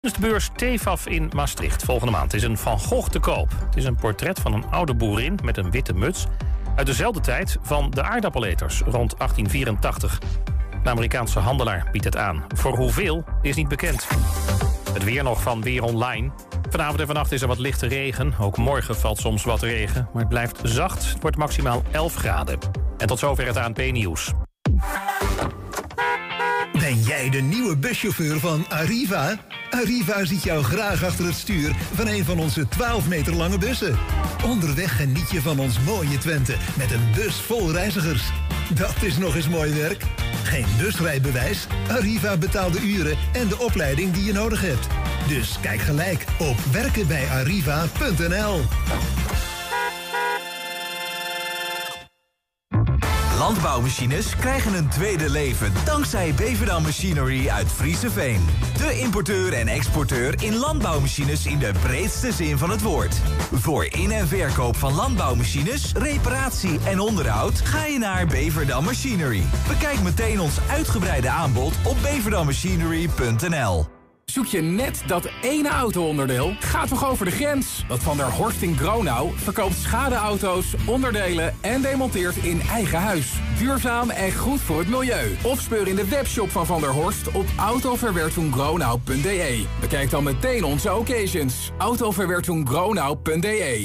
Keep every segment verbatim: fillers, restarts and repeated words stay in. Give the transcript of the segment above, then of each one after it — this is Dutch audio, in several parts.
De beurs Tefaf in Maastricht volgende maand is een Van Gogh te koop. Het is een portret van een oude boerin met een witte muts uit dezelfde tijd van de aardappeleters rond achttien vierentachtig. De Amerikaanse handelaar biedt het aan. Voor hoeveel is niet bekend. Het weer nog van Weer Online. Vanavond en vannacht is er wat lichte regen. Ook morgen valt soms wat regen, maar het blijft zacht. Het wordt maximaal elf graden. En tot zover het A N P-nieuws. Ben jij de nieuwe buschauffeur van Arriva? Arriva ziet jou graag achter het stuur van een van onze twaalf meter lange bussen. Onderweg geniet je van ons mooie Twente met een bus vol reizigers. Dat is nog eens mooi werk. Geen busrijbewijs? Arriva betaalt de uren en de opleiding die je nodig hebt. Dus kijk gelijk op werken bij arriva punt n l. Landbouwmachines krijgen een tweede leven dankzij Beverdam Machinery uit Frieseveen. De importeur en exporteur in landbouwmachines in de breedste zin van het woord. Voor in- en verkoop van landbouwmachines, reparatie en onderhoud ga je naar Beverdam Machinery. Bekijk meteen ons uitgebreide aanbod op beverdam machinery punt n l. Zoek je net dat ene auto-onderdeel? Ga toch over de grens? Want Van der Horst in Gronau verkoopt schadeauto's, onderdelen en demonteert in eigen huis. Duurzaam en goed voor het milieu. Of speur in de webshop van Van der Horst op autoverwertungsgronau punt d e. Bekijk dan meteen onze occasions. autoverwertungsgronau punt d e.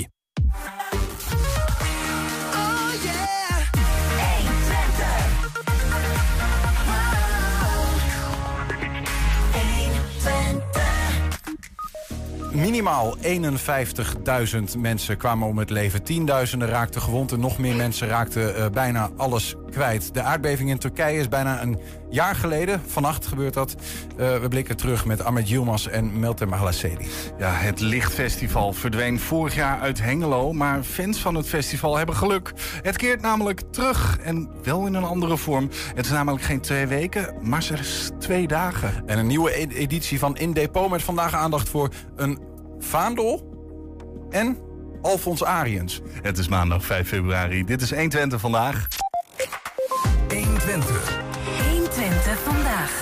Minimaal eenenvijftigduizend mensen kwamen om het leven. Tienduizenden raakten gewond en nog meer mensen raakten uh, bijna alles kwijt. De aardbeving in Turkije is bijna een jaar geleden. Vannacht gebeurt dat. Uh, we blikken terug met Ahmet Yilmaz en Meltem Halaseli. Ja, het Lichtfestival verdween vorig jaar uit Hengelo. Maar fans van het festival hebben geluk. Het keert namelijk terug en wel in een andere vorm. Het is namelijk geen twee weken, maar slechts twee dagen. En een nieuwe editie van In Depot met vandaag aandacht voor een vaandel en Alfons Ariens. Het is maandag vijf februari. Dit is honderdtwintig vandaag. honderdtwintig. honderdtwintig vandaag.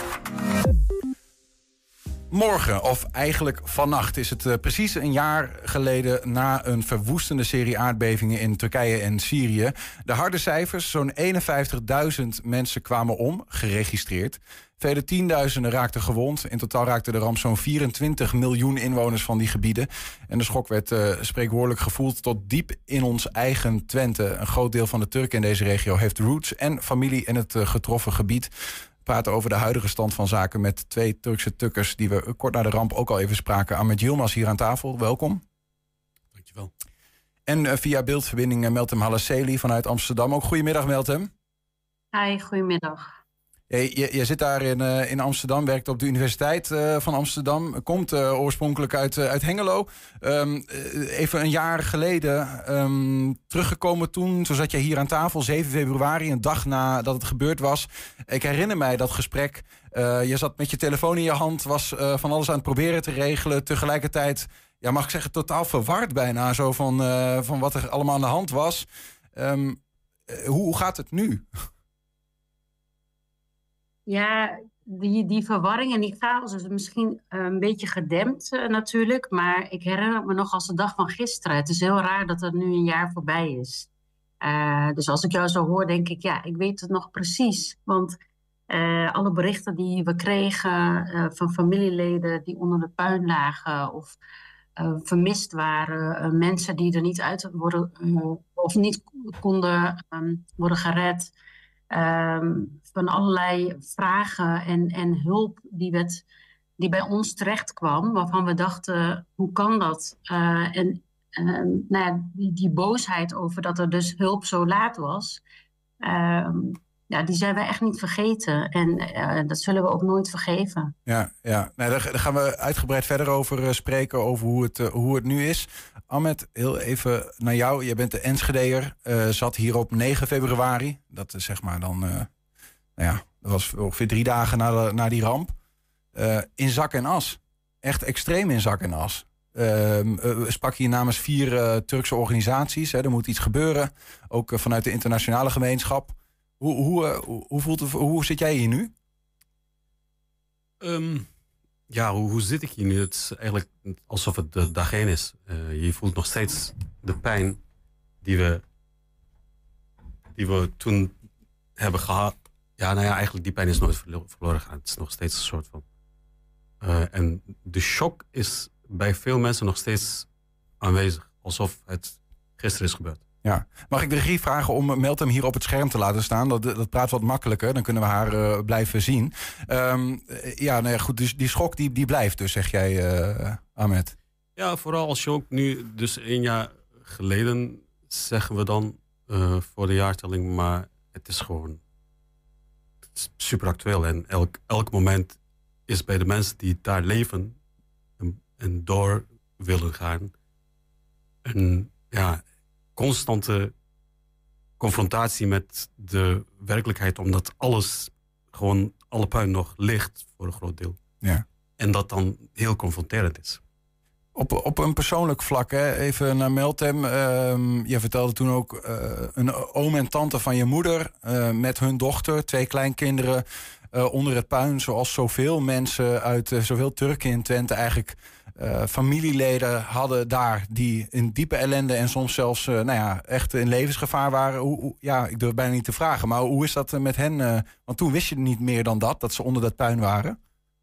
Morgen, of eigenlijk vannacht, is het uh, precies een jaar geleden na een verwoestende serie aardbevingen in Turkije en Syrië. De harde cijfers, zo'n eenenvijftigduizend mensen kwamen om, geregistreerd. Vele tienduizenden raakten gewond. In totaal raakten de ramp zo'n vierentwintig miljoen inwoners van die gebieden. En de schok werd uh, spreekwoordelijk gevoeld tot diep in ons eigen Twente. Een groot deel van de Turken in deze regio heeft roots en familie in het uh, getroffen gebied. We praten over de huidige stand van zaken met twee Turkse tukkers die we kort na de ramp ook al even spraken. Ahmet Yilmaz hier aan tafel, welkom. Dankjewel. En uh, via beeldverbinding uh, Meltem Halaseli vanuit Amsterdam. Ook goedemiddag, Meltem. Hi, goedemiddag. Je, je, je zit daar in, uh, in Amsterdam, werkt op de Universiteit uh, van Amsterdam. Komt uh, oorspronkelijk uit, uh, uit Hengelo. Um, uh, even een jaar geleden um, teruggekomen toen. Toen zat jij hier aan tafel, zeven februari, een dag nadat het gebeurd was. Ik herinner mij dat gesprek. Uh, je zat met je telefoon in je hand, was uh, van alles aan het proberen te regelen. Tegelijkertijd, ja, mag ik zeggen, totaal verward bijna. Zo van, uh, van wat er allemaal aan de hand was. Um, uh, hoe, hoe gaat het nu? Ja, die, die verwarring en die chaos is misschien een beetje gedempt uh, natuurlijk. Maar ik herinner me nog als de dag van gisteren. Het is heel raar dat er nu een jaar voorbij is. Uh, dus als ik jou zo hoor, denk ik, ja, ik weet het nog precies. Want uh, alle berichten die we kregen uh, van familieleden die onder de puin lagen of uh, vermist waren. Uh, mensen die er niet uit worden uh, of niet konden um, worden gered. Um, van allerlei vragen en, en hulp die, werd, die bij ons terecht kwam, waarvan we dachten, hoe kan dat? Uh, en uh, nou ja, die, die boosheid over dat er dus hulp zo laat was, uh, ja, die zijn we echt niet vergeten. En uh, dat zullen we ook nooit vergeven. Ja, ja. Nee, daar, daar gaan we uitgebreid verder over uh, spreken, over hoe het, uh, hoe het nu is. Ahmet, heel even naar jou. Je bent de Enschedeër, uh, zat hier op negen februari. Dat is zeg maar dan, uh, nou ja, dat was ongeveer drie dagen na, de, na die ramp. Uh, in zak en as. Echt extreem in zak en as. Uh, uh, sprak hier namens vier uh, Turkse organisaties. Hè. Er moet iets gebeuren, ook uh, vanuit de internationale gemeenschap. Hoe, hoe, uh, hoe, voelt het, hoe zit jij hier nu? Um, Ja, hoe, hoe zit ik hier nu? Het is eigenlijk alsof het de dag één is. Uh, je voelt nog steeds de pijn die we, die we toen hebben gehad. Ja, nou ja, eigenlijk die pijn is nooit verloren gegaan. Het is nog steeds een soort van... Uh, en de shock is bij veel mensen nog steeds aanwezig. Alsof het gisteren is gebeurd. Ja. Mag ik de regie vragen om Meltem hier op het scherm te laten staan? Dat, dat praat wat makkelijker, dan kunnen we haar uh, blijven zien. Um, ja, nou ja, goed, dus die schok die, die blijft dus, zeg jij, uh, Ahmed. Ja, vooral als je ook nu, dus een jaar geleden, zeggen we dan uh, voor de jaartelling, maar het is gewoon het is super actueel. En elk, elk moment is bij de mensen die daar leven en, en door willen gaan een ja, constante confrontatie met de werkelijkheid, omdat alles, gewoon alle puin nog ligt voor een groot deel. Ja. En dat dan heel confronterend is. Op, op een persoonlijk vlak, hè? Even naar Meltem. Uh, je vertelde toen ook uh, een oom en tante van je moeder uh, met hun dochter, twee kleinkinderen uh, onder het puin, zoals zoveel mensen uit uh, zoveel Turken in Twente eigenlijk uh, familieleden hadden daar die in diepe ellende en soms zelfs uh, nou ja, echt in levensgevaar waren. Hoe, hoe, ja, ik durf bijna niet te vragen, maar hoe is dat met hen? Uh, want toen wist je niet meer dan dat, dat ze onder dat puin waren.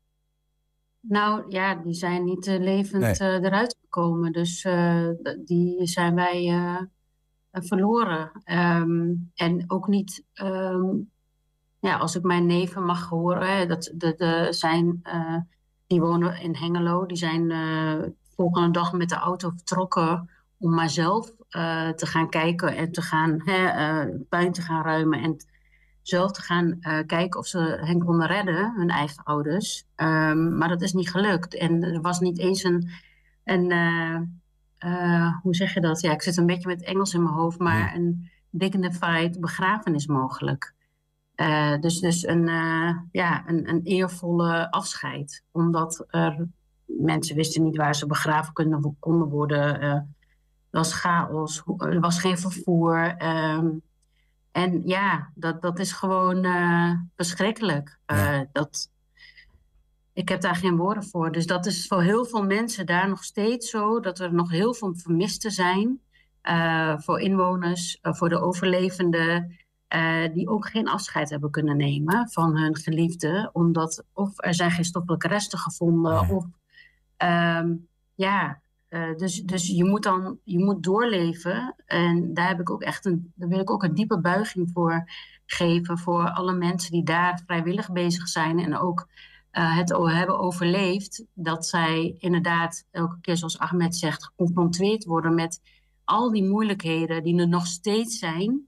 Nou ja, die zijn niet uh, levend nee. uh, eruit gekomen. Dus uh, die zijn wij uh, verloren. Um, en ook niet, um, ja, als ik mijn neven mag horen, hè, dat de, de zijn, uh, die wonen in Hengelo. Die zijn uh, volgende dag met de auto vertrokken om maar zelf uh, te gaan kijken en te gaan hè, uh, puin te gaan ruimen en zelf te gaan uh, kijken of ze hen konden redden, hun eigen ouders. Um, maar dat is niet gelukt. En er was niet eens een... een uh, uh, hoe zeg je dat? Ja, ik zit een beetje met Engels in mijn hoofd, maar ja. een dignified begrafenis mogelijk. Uh, dus dus een, uh, ja, een, een eervolle afscheid. Omdat er, mensen wisten niet waar ze begraven konden, konden worden. Uh, er was chaos, er was geen vervoer. Um, En ja, dat, dat is gewoon uh, verschrikkelijk. Uh, ja. dat, ik heb daar geen woorden voor. Dus dat is voor heel veel mensen daar nog steeds zo, dat er nog heel veel vermisten zijn. Uh, voor inwoners, uh, voor de overlevenden, uh, die ook geen afscheid hebben kunnen nemen van hun geliefden. Omdat of er zijn geen stoffelijke resten gevonden, ja. of um, ja... Uh, dus, dus je moet dan je moet doorleven. En daar heb ik ook echt een, daar wil ik ook een diepe buiging voor geven. Voor alle mensen die daar vrijwillig bezig zijn. En ook uh, het hebben overleefd. Dat zij inderdaad elke keer, zoals Ahmed zegt, geconfronteerd worden met al die moeilijkheden die er nog steeds zijn.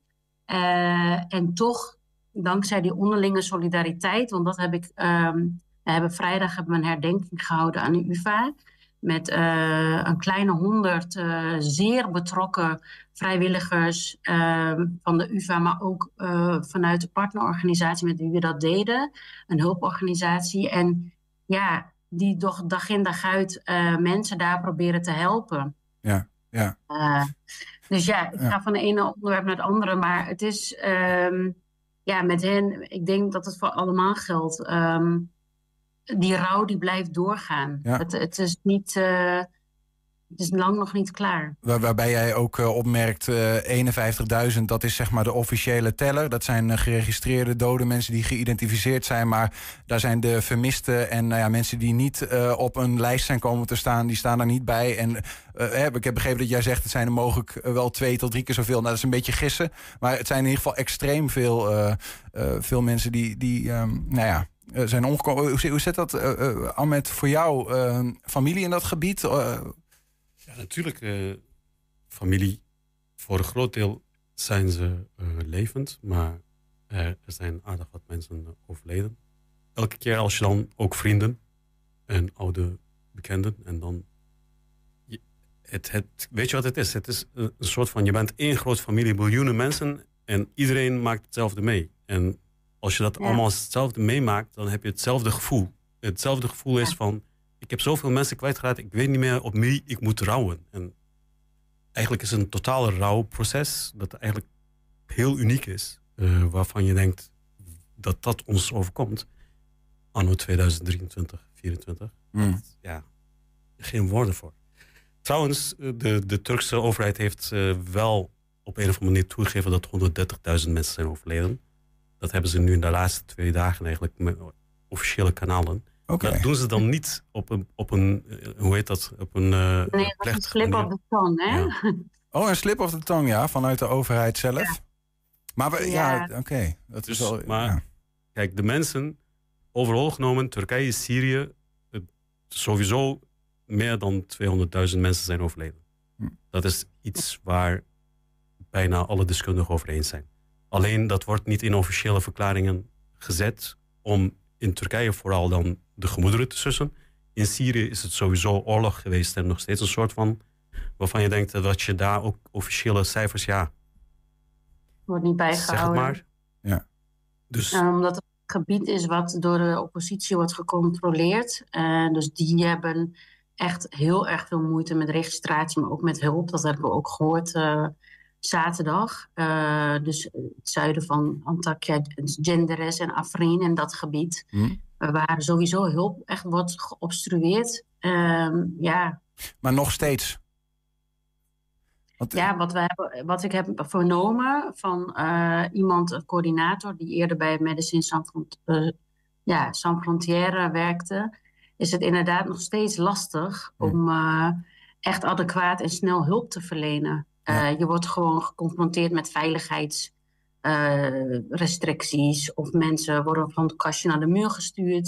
Uh, en toch, dankzij die onderlinge solidariteit. Want dat heb ik. Um, we hebben vrijdag hebben we een herdenking gehouden aan de U vA. Met uh, een kleine honderd uh, zeer betrokken vrijwilligers uh, van de U vA, maar ook uh, vanuit de partnerorganisatie met wie we dat deden. Een hulporganisatie. En ja, die toch dag in dag uit uh, mensen daar proberen te helpen. Ja, ja. Uh, dus ja, ik ga ja. van de ene onderwerp naar het andere. Maar het is, um, ja, met hen, ik denk dat het voor allemaal geldt. Um, Die rouw die blijft doorgaan. Ja. Het, het is niet, uh, het is lang nog niet klaar. Waar, waarbij jij ook uh, opmerkt, uh, eenenvijftigduizend, dat is zeg maar de officiële teller. Dat zijn uh, geregistreerde dode mensen die geïdentificeerd zijn. Maar daar zijn de vermisten en uh, ja, mensen die niet uh, op een lijst zijn komen te staan, die staan daar niet bij. En uh, ik heb begrepen dat jij zegt, het zijn er mogelijk wel twee tot drie keer zoveel. Nou, dat is een beetje gissen. Maar het zijn in ieder geval extreem veel, uh, uh, veel mensen die, die um, nou ja, Uh, zijn omgekomen. Hoe, hoe zit dat, uh, uh, Ahmed, voor jou? Uh, familie in dat gebied? Uh... Ja, natuurlijk. Uh, familie. Voor een groot deel zijn ze uh, levend. Maar uh, er zijn aardig wat mensen uh, overleden. Elke keer als je dan ook vrienden en oude bekenden. En dan... Je, het, het, weet je wat het is? Het is een, een soort van... Je bent één grote familie, miljoenen mensen. En iedereen maakt hetzelfde mee. En als je dat ja. allemaal hetzelfde meemaakt, dan heb je hetzelfde gevoel. Hetzelfde gevoel is ja. van, ik heb zoveel mensen kwijtgeraakt, ik weet niet meer op wie ik moet rouwen. En eigenlijk is het een totale rouwproces dat eigenlijk heel uniek is. Uh, waarvan je denkt dat dat ons overkomt. Anno tweeduizend drieëntwintig, vierentwintig. Mm. Ja, geen woorden voor. Trouwens, de, de Turkse overheid heeft uh, wel op een of andere manier toegegeven dat honderddertigduizend mensen zijn overleden. Dat hebben ze nu in de laatste twee dagen eigenlijk met officiële kanalen. Okay. Dat doen ze dan niet op een, op een uh, hoe heet dat? Op een uh, nee, dat is een slip op de tong, hè? Ja. Oh, een slip of de tong, ja, vanuit de overheid zelf. Ja. Maar we, ja, ja oké. Okay. Dat dus, is al. Maar ja. kijk, de mensen overal genomen, Turkije, Syrië, sowieso meer dan tweehonderdduizend mensen zijn overleden. Hm. Dat is iets waar bijna alle deskundigen over eens zijn. Alleen dat wordt niet in officiële verklaringen gezet om in Turkije vooral dan de gemoederen te sussen. In Syrië is het sowieso oorlog geweest en nog steeds een soort van waarvan je denkt dat je daar ook officiële cijfers, ja, wordt niet bijgehouden. Zeg het maar. Ja. Dus uh, omdat het een gebied is wat door de oppositie wordt gecontroleerd. Uh, dus die hebben echt heel erg veel moeite met registratie, maar ook met hulp. Dat hebben we ook gehoord uh, zaterdag. Uh, dus het zuiden van Antakya, Menderes en Afrin en dat gebied. Hmm. Uh, waar sowieso hulp echt wordt geobstrueerd. Uh, ja. Maar nog steeds? Want, ja, wat, we hebben, wat ik heb vernomen van uh, iemand, een coördinator die eerder bij Médecins Sans Frontières, uh, ja, Sans Frontières werkte, is het inderdaad nog steeds lastig hmm. om uh, echt adequaat en snel hulp te verlenen. Ja. Uh, je wordt gewoon geconfronteerd met veiligheidsrestricties uh, of mensen worden van het kastje naar de muur gestuurd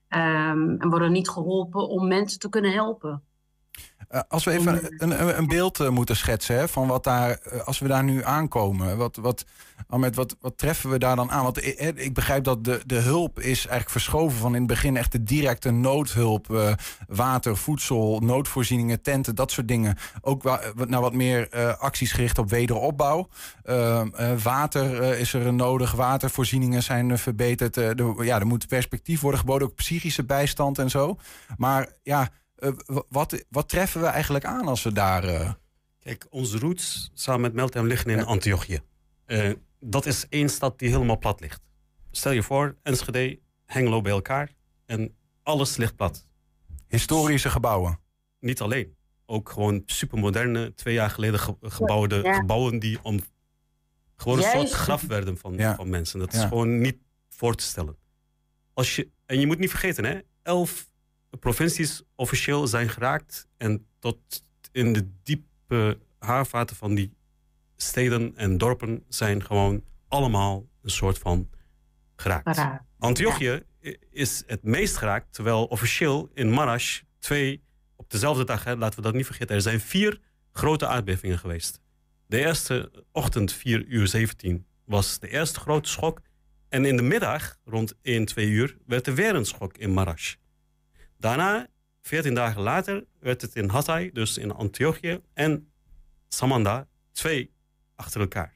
um, en worden niet geholpen om mensen te kunnen helpen. Uh, als we even een, een beeld uh, moeten schetsen, hè, van wat daar, uh, als we daar nu aankomen, wat, wat, Ahmed, wat, wat treffen we daar dan aan? Want ik, ik begrijp dat de, de hulp is eigenlijk verschoven van in het begin echt de directe noodhulp, uh, water, voedsel, noodvoorzieningen, tenten, dat soort dingen. Ook wa- naar wat meer uh, acties gericht op wederopbouw. Uh, uh, water uh, is er nodig, watervoorzieningen zijn uh, verbeterd. Uh, de, ja, er moet perspectief worden geboden, ook psychische bijstand en zo. Maar ja. Uh, wat, wat treffen we eigenlijk aan als we daar... Uh... Kijk, onze roots samen met Meltem liggen in ja. Antiochië. Uh, dat is één stad die helemaal plat ligt. Stel je voor, Enschede, Hengelo bij elkaar en alles ligt plat. Historische gebouwen? Niet alleen. Ook gewoon supermoderne, twee jaar geleden ge- gebouwde ja. gebouwen die om gewoon een Juist. soort graf werden van, ja. van mensen. Dat is ja. gewoon niet voor te stellen. Als je, en je moet niet vergeten, hè, elf provincies officieel zijn geraakt en tot in de diepe haarvaten van die steden en dorpen zijn gewoon allemaal een soort van geraakt. Para. Antiochië ja. is het meest geraakt, terwijl officieel in Marash twee, op dezelfde dag, hè, laten we dat niet vergeten, er zijn vier grote aardbevingen geweest. De eerste ochtend, vier uur zeventien, was de eerste grote schok en in de middag, rond één, twee uur, werd er weer een schok in Marash. Daarna, veertien dagen later, werd het in Hatay, dus in Antiochië, en Samanda, twee achter elkaar.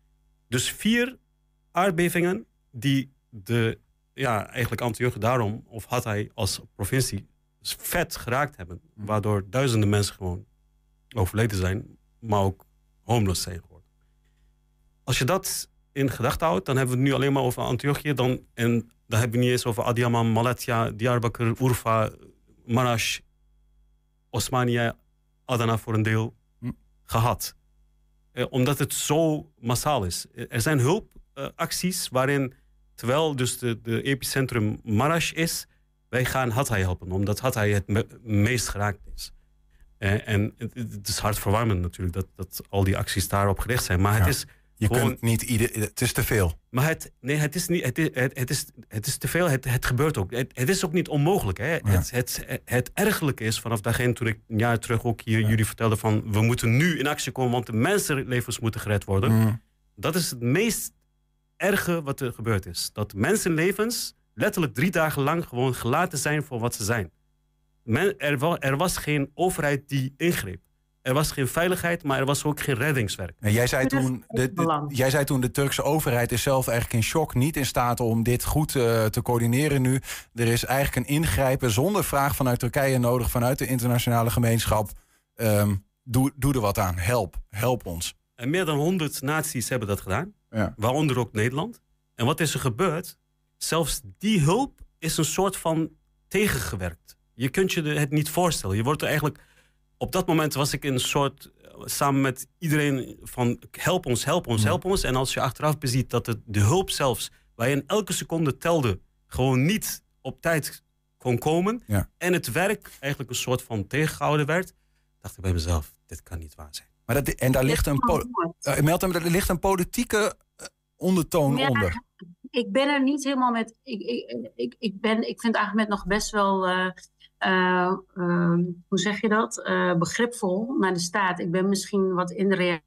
Dus vier aardbevingen die de, ja, eigenlijk Antiochië daarom, of Hatay als provincie, vet geraakt hebben. Waardoor duizenden mensen gewoon overleden zijn, maar ook homeless zijn geworden. Als je dat in gedachten houdt, dan hebben we het nu alleen maar over Antiochië, dan... En dan hebben we niet eens over Adiyaman, Malatya, Diyarbakir, Urfa, Marash, Osmaniye, Adana voor een deel hm. gehad. Eh, omdat het zo massaal is. Er zijn hulpacties uh, waarin, terwijl dus de, de epicentrum Marash is, wij gaan Hatay helpen, omdat Hatay het me- meest geraakt is. Eh, en het, het is hartverwarmend natuurlijk dat, dat al die acties daarop gericht zijn. Maar ja. het is... Je Gewoon, kunt niet ieder, het is te veel. Maar het, nee, het is niet, het is, het, het is, het is te veel. Het, het gebeurt ook. Het, het is ook niet onmogelijk. Hè. Ja. Het, het, het, het ergelijke is vanaf dagene toen ik een jaar terug ook hier ja. jullie vertelde van we moeten nu in actie komen, want de mensenlevens moeten gered worden. Mm. Dat is het meest erge wat er gebeurd is. Dat mensenlevens letterlijk drie dagen lang gewoon gelaten zijn voor wat ze zijn. Men, er, wa, er was geen overheid die ingreep. Er was geen veiligheid, maar er was ook geen reddingswerk. En jij, zei toen, de, de, jij zei toen de Turkse overheid is zelf eigenlijk in shock, niet in staat om dit goed uh, te coördineren nu. Er is eigenlijk een ingrijpen zonder vraag vanuit Turkije nodig, vanuit de internationale gemeenschap. Um, doe, doe er wat aan. Help. Help ons. En meer dan honderd naties hebben dat gedaan. Ja. Waaronder ook Nederland. En wat is er gebeurd? Zelfs die hulp is een soort van tegengewerkt. Je kunt je het niet voorstellen. Je wordt er eigenlijk... Op dat moment was ik in een soort... samen met iedereen van help ons, help ons, help ons. En als je achteraf beziet dat het, de hulp zelfs... waar je in elke seconde telde... gewoon niet op tijd kon komen... Ja. en het werk eigenlijk een soort van tegengehouden werd... dacht ik bij mezelf, dit kan niet waar zijn. Maar dat, en daar ligt een, po- uh, Meltem, daar ligt een politieke uh, ondertoon ja, onder. Ik ben er niet helemaal met... Ik, ik, ik, ik, ben, ik vind Ahmed nog best wel... Uh, uh, uh, hoe zeg je dat? Uh, begripvol naar de staat. Ik ben misschien wat in de reactie...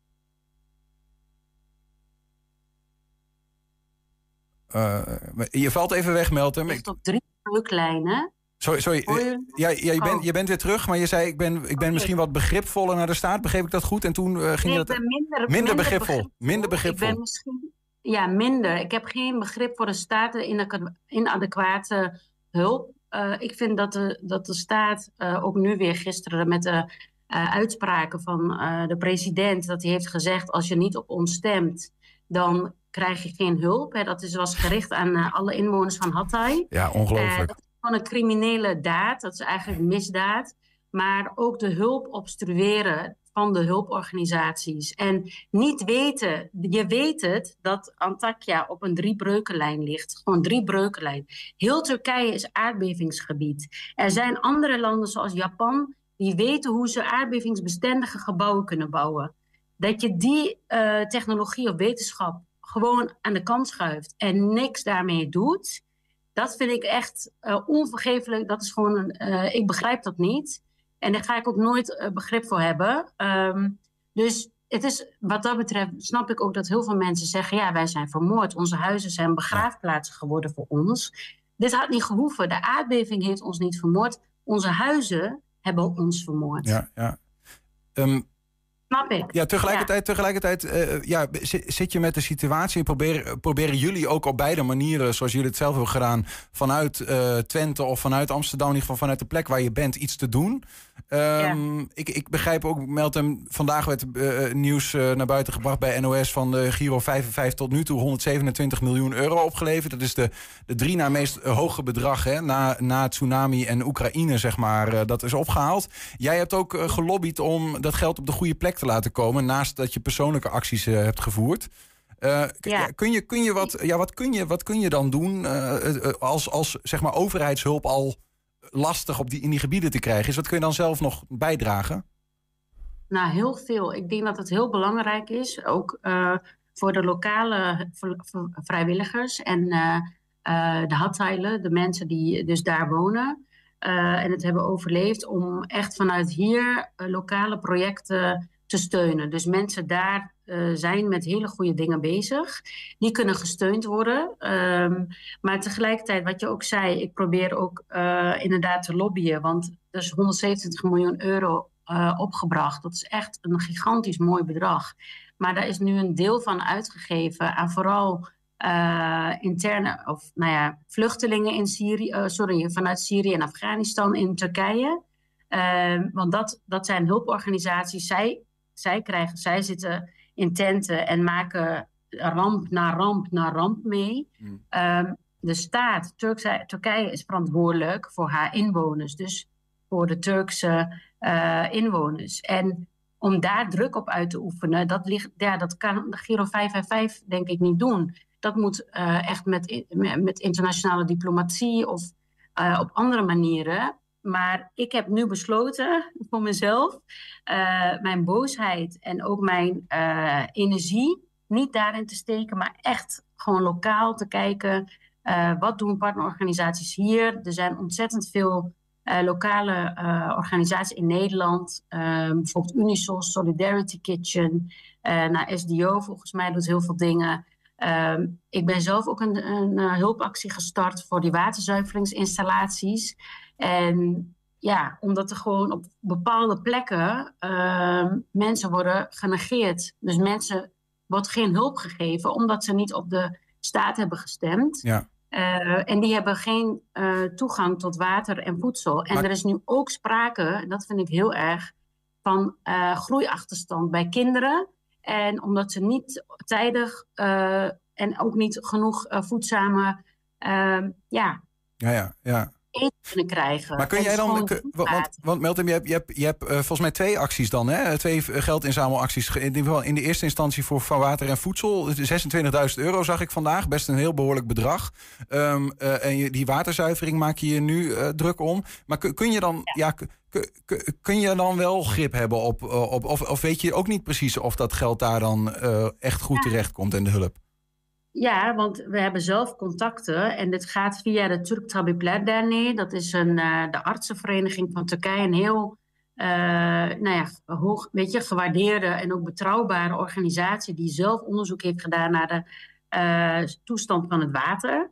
Uh, je valt even weg, Meltem. Ik op drie breuklijnen. Sorry, sorry. Ja, ja, je, bent, oh. je bent weer terug, maar je zei... ik ben, ik ben okay. misschien wat begripvoller naar de staat. Begreep ik dat goed? En toen uh, ging nee, je dat... dat... Minder, minder, minder begripvol. begripvol. Minder begripvol. Ik ben misschien... Ja, minder. Ik heb geen begrip voor de staat in inadequate hulp. Uh, ik vind dat de, dat de staat, uh, ook nu weer gisteren met de uh, uitspraken van uh, de president... dat hij heeft gezegd, als je niet op ons stemt... dan krijg je geen hulp. Hè. Dat is, was gericht aan uh, alle inwoners van Hatay. Ja, ongelooflijk. Uh, dat is gewoon een criminele daad. Dat is eigenlijk een misdaad. Maar ook de hulp obstrueren van de hulporganisaties. En niet weten, je weet het, dat Antakya op een driebreukenlijn ligt. Gewoon driebreukenlijn. Heel Turkije is aardbevingsgebied. Er zijn andere landen zoals Japan, die weten hoe ze aardbevingsbestendige gebouwen kunnen bouwen. Dat je die uh, technologie of wetenschap gewoon aan de kant schuift en niks daarmee doet, dat vind ik echt uh, onvergeeflijk. Dat is gewoon een, uh, ik begrijp dat niet. En daar ga ik ook nooit uh, begrip voor hebben. Um, dus het is, wat dat betreft snap ik ook dat heel veel mensen zeggen, ja, wij zijn vermoord. Onze huizen zijn begraafplaatsen geworden voor ons. Dit had niet gehoeven. De aardbeving heeft ons niet vermoord. Onze huizen hebben ons vermoord. Ja, ja. Um... Snap ik. Ja, tegelijkertijd, ja. tegelijkertijd uh, ja, zit je met de situatie en proberen, proberen jullie ook op beide manieren, zoals jullie het zelf hebben gedaan, vanuit uh, Twente of vanuit Amsterdam, in ieder geval vanuit de plek waar je bent, iets te doen. Um, ja. ik, ik begrijp ook, Meltem, vandaag werd uh, nieuws uh, naar buiten gebracht bij N O S van de Giro vijfenvijftig tot nu toe honderdzevenentwintig miljoen euro opgeleverd. Dat is de, de drie na meest uh, hoge bedrag, hè, na, na tsunami en Oekraïne, zeg maar, uh, dat is opgehaald. Jij hebt ook uh, gelobbyd om dat geld op de goede plek te laten komen, naast dat je persoonlijke acties uh, hebt gevoerd. Uh, ja. kun je, kun je wat, ja, wat, kun je, wat kun je dan doen uh, uh, als, als zeg maar, overheidshulp al lastig op die, in die gebieden te krijgen is? Wat kun je dan zelf nog bijdragen? Nou, heel veel. Ik denk dat het heel belangrijk is, ook uh, voor de lokale vrijwilligers en uh, uh, de Hataylen, de mensen die dus daar wonen uh, en het hebben overleefd, om echt vanuit hier uh, lokale projecten te steunen. Dus mensen daar uh, zijn met hele goede dingen bezig. Die kunnen gesteund worden. Um, maar tegelijkertijd, wat je ook zei, ik probeer ook uh, inderdaad te lobbyen. Want er is honderdzevenentwintig miljoen euro uh, opgebracht. Dat is echt een gigantisch mooi bedrag. Maar daar is nu een deel van uitgegeven aan vooral uh, interne, of nou ja, vluchtelingen in Syrië, uh, sorry, vanuit Syrië en Afghanistan in Turkije. Uh, want dat, dat zijn hulporganisaties. Zij Zij, krijgen, zij zitten in tenten en maken ramp na ramp na ramp mee. Mm. Um, de staat, Turkse, Turkije, is verantwoordelijk voor haar inwoners. Dus voor de Turkse uh, inwoners. En om daar druk op uit te oefenen, dat, ligt, ja, dat kan de Giro vijf en vijf denk ik niet doen. Dat moet uh, echt met, met internationale diplomatie of uh, op andere manieren. Maar ik heb nu besloten voor mezelf uh, mijn boosheid en ook mijn uh, energie niet daarin te steken, maar echt gewoon lokaal te kijken. Uh, wat doen partnerorganisaties hier? Er zijn ontzettend veel uh, lokale uh, organisaties in Nederland. Uh, bijvoorbeeld Unisos, Solidarity Kitchen, uh, naar S D O volgens mij doet heel veel dingen. Uh, ik ben zelf ook een, een uh, hulpactie gestart voor die waterzuiveringsinstallaties. En ja, omdat er gewoon op bepaalde plekken uh, mensen worden genegeerd. Dus mensen wordt geen hulp gegeven omdat ze niet op de staat hebben gestemd. Ja. Uh, en die hebben geen uh, toegang tot water en voedsel. En maar... er is nu ook sprake, dat vind ik heel erg, van uh, groeiachterstand bij kinderen. En omdat ze niet tijdig uh, en ook niet genoeg uh, voedzame... Uh, ja. Ja, ja, ja. eten kunnen krijgen. Maar kun En jij dan... schoon kun- water. want, want Meltem, je hebt, je hebt, je hebt uh, volgens mij twee acties dan, hè? Twee geldinzamelacties. In ieder geval in de eerste instantie voor van water en voedsel. zesentwintigduizend euro zag ik vandaag. Best een heel behoorlijk bedrag. Um, uh, en je, die waterzuivering maak je je nu uh, druk om. Maar kun, kun je dan... Ja. Ja, kun, kun, kun je dan wel grip hebben op... op of, of weet je ook niet precies of dat geld daar dan uh, echt goed ja. terecht komt en de hulp? Ja, want we hebben zelf contacten en dit gaat via de Türk Tabipler Derneği. Dat is een, uh, de artsenvereniging van Turkije, een heel uh, nou ja, hoog, weet je, gewaardeerde en ook betrouwbare organisatie die zelf onderzoek heeft gedaan naar de uh, toestand van het water.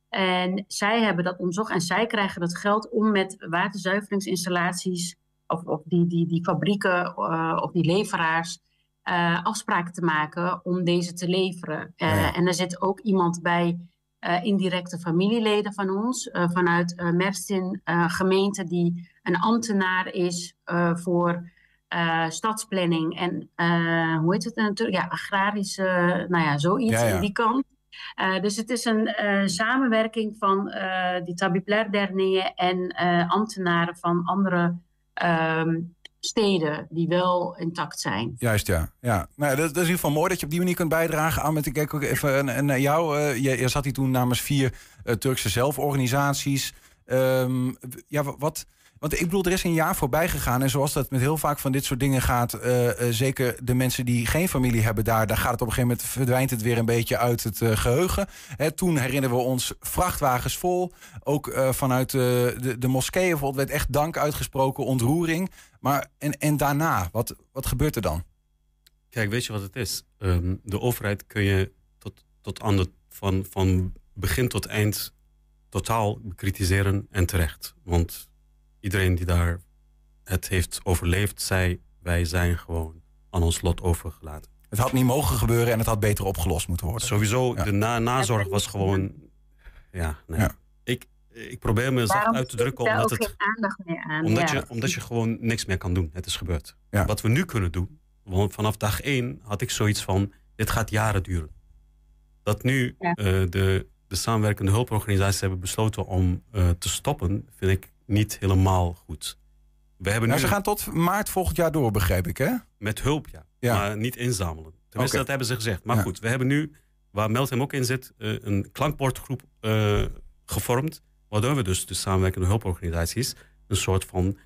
En zij hebben dat onderzocht en zij krijgen dat geld om met waterzuiveringsinstallaties of, of die, die, die fabrieken uh, of die leveraars Uh, afspraken te maken om deze te leveren. Uh, ja. En er zit ook iemand bij, uh, indirecte familieleden van ons, uh, vanuit uh, Mersin uh, gemeente, die een ambtenaar is uh, voor uh, stadsplanning en uh, hoe heet het natuurlijk? Ja, agrarische, uh, nou ja, zoiets ja, ja. in die kant. Uh, dus het is een uh, samenwerking van uh, die Tabipler Derneği en uh, ambtenaren van andere um, steden die wel intact zijn. Juist, ja. ja. Nou, dat, dat is in ieder geval mooi dat je op die manier kunt bijdragen aan. Met, ik kijk ook even naar jou. Uh, je, je zat hier toen namens vier uh, Turkse zelforganisaties. Um, ja, wat... Want ik bedoel, er is een jaar voorbij gegaan. En zoals dat met heel vaak van dit soort dingen gaat... Uh, uh, zeker de mensen die geen familie hebben daar... daar gaat het op een gegeven moment, verdwijnt het weer een beetje uit het uh, geheugen. Hè, toen herinneren we ons vrachtwagens vol. Ook uh, vanuit uh, de, de moskeeën bijvoorbeeld werd echt dank uitgesproken, ontroering. Maar en, en daarna, wat, wat gebeurt er dan? Kijk, weet je wat het is? Um, de overheid kun je tot, tot aan de, van, van begin tot eind totaal bekritiseren en terecht. Want... iedereen die daar het heeft overleefd, zei... wij zijn gewoon aan ons lot overgelaten. Het had niet mogen gebeuren en het had beter opgelost moeten worden. Sowieso, ja. de na- nazorg was gewoon... Ja, nee. Ja. Ik, ik probeer me zacht uit te drukken... omdat, het, aan, omdat, ja. je, omdat je gewoon niks meer kan doen. Het is gebeurd. Ja. Wat we nu kunnen doen... want vanaf dag één had ik zoiets van... dit gaat jaren duren. Dat nu ja. uh, de, de samenwerkende hulporganisaties hebben besloten... om uh, te stoppen, vind ik... niet helemaal goed. We hebben nou, nu... Ze gaan tot maart volgend jaar door, begrijp ik, hè? Met hulp, ja. ja. Maar niet inzamelen. Tenminste, okay. dat hebben ze gezegd. Maar ja. goed, we hebben nu, waar Meltem ook in zit... Uh, een klankbordgroep uh, gevormd... waardoor we dus de samenwerkende hulporganisaties... een soort van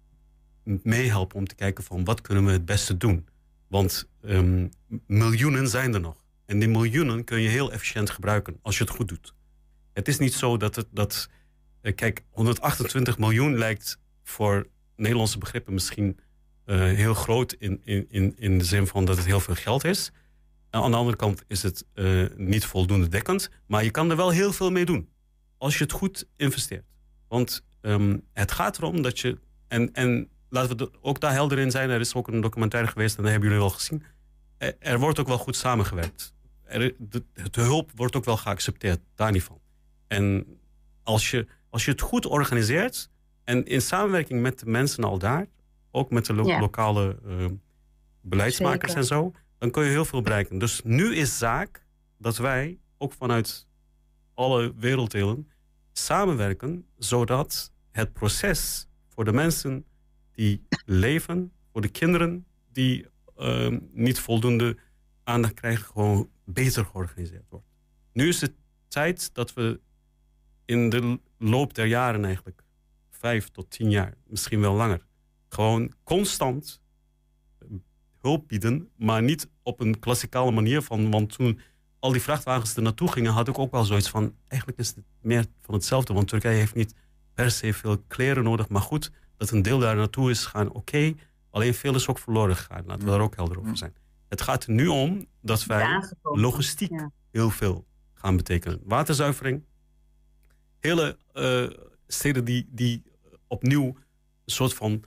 meehelpen om te kijken van... wat kunnen we het beste doen? Want um, miljoenen zijn er nog. En die miljoenen kun je heel efficiënt gebruiken... als je het goed doet. Het is niet zo dat het... Dat, Kijk, honderdachtentwintig miljoen lijkt voor Nederlandse begrippen misschien uh, heel groot... In, in, in de zin van dat het heel veel geld is. En aan de andere kant is het uh, niet voldoende dekkend. Maar je kan er wel heel veel mee doen. Als je het goed investeert. Want um, het gaat erom dat je... En, en laten we ook daar helder in zijn. Er is ook een documentaire geweest en dat hebben jullie wel gezien. Er, er wordt ook wel goed samengewerkt. Er, de, de hulp wordt ook wel geaccepteerd. Daar niet van. En als je... Als je het goed organiseert en in samenwerking met de mensen al daar... ook met de lo- ja. lokale uh, beleidsmakers Zeker. en zo... dan kun je heel veel bereiken. Dus nu is zaak dat wij, ook vanuit alle werelddelen... samenwerken, zodat het proces voor de mensen die leven... voor de kinderen die uh, niet voldoende aandacht krijgen... gewoon beter georganiseerd wordt. Nu is het tijd dat we... in de loop der jaren eigenlijk, vijf tot tien jaar, misschien wel langer, gewoon constant hulp bieden, maar niet op een klassikale manier van, want toen al die vrachtwagens er naartoe gingen, had ik ook wel zoiets van, eigenlijk is het meer van hetzelfde, want Turkije heeft niet per se veel kleren nodig, maar goed, dat een deel daar naartoe is gegaan, oké, okay, alleen veel is ook verloren gegaan, laten we daar ook helder over zijn. Het gaat er nu om dat wij logistiek ja. heel veel gaan betekenen. Waterzuivering, hele uh, steden die, die opnieuw een soort van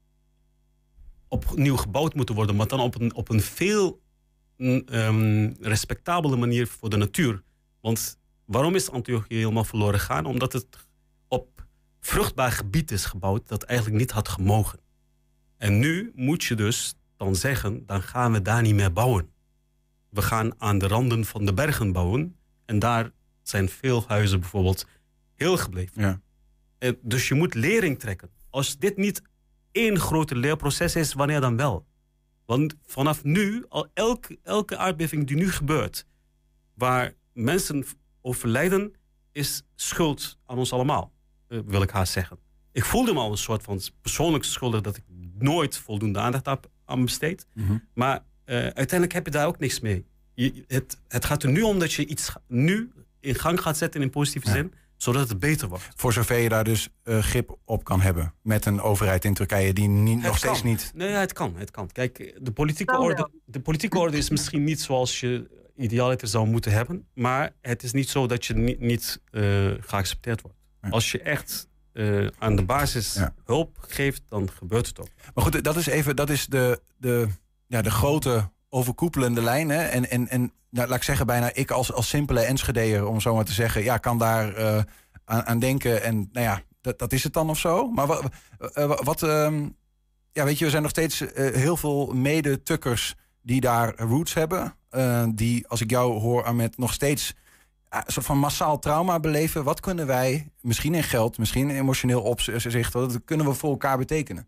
opnieuw gebouwd moeten worden, maar dan op een, op een veel um, respectabele manier voor de natuur. Want waarom is Antiochië helemaal verloren gegaan? Omdat het op vruchtbaar gebied is gebouwd dat eigenlijk niet had gemogen. En nu moet je dus dan zeggen, dan gaan we daar niet meer bouwen. We gaan aan de randen van de bergen bouwen en daar zijn veel huizen bijvoorbeeld heel gebleven. Ja. Uh, dus je moet lering trekken. Als dit niet één grote leerproces is, wanneer dan wel? Want vanaf nu, al elke, elke aardbeving die nu gebeurt, waar mensen overlijden, is schuld aan ons allemaal, uh, wil ik haast zeggen. Ik voelde me al een soort van persoonlijk schuldig dat ik nooit voldoende aandacht heb aan besteed. Mm-hmm. Maar uh, uiteindelijk heb je daar ook niks mee. Je, het, het gaat er nu om dat je iets nu in gang gaat zetten in positieve ja. zin, zodat het beter wordt. Voor zover je daar dus uh, grip op kan hebben met een overheid in Turkije die niet, nog kan. steeds niet... Nee, het kan, het kan. Kijk, de politieke, orde, de politieke orde is misschien niet zoals je idealiter zou moeten hebben, maar het is niet zo dat je niet, niet uh, geaccepteerd wordt. Ja. Als je echt uh, aan de basis ja. hulp geeft, dan gebeurt het ook. Maar goed, dat is even, dat is de, de, ja, de grote overkoepelende lijn. Hè? En, en, en nou, laat ik zeggen, bijna ik als, als simpele Enschedeër, om zo maar te zeggen, ja, kan daar uh, aan, aan denken. En nou ja, dat, dat is het dan of zo. Maar wat, uh, wat uh, ja, weet je, er zijn nog steeds uh, heel veel mede-tukkers die daar roots hebben. Uh, die, als ik jou hoor, Ahmed, nog steeds uh, een soort van massaal trauma beleven. Wat kunnen wij, misschien in geld, misschien in emotioneel opzicht, wat kunnen we voor elkaar betekenen?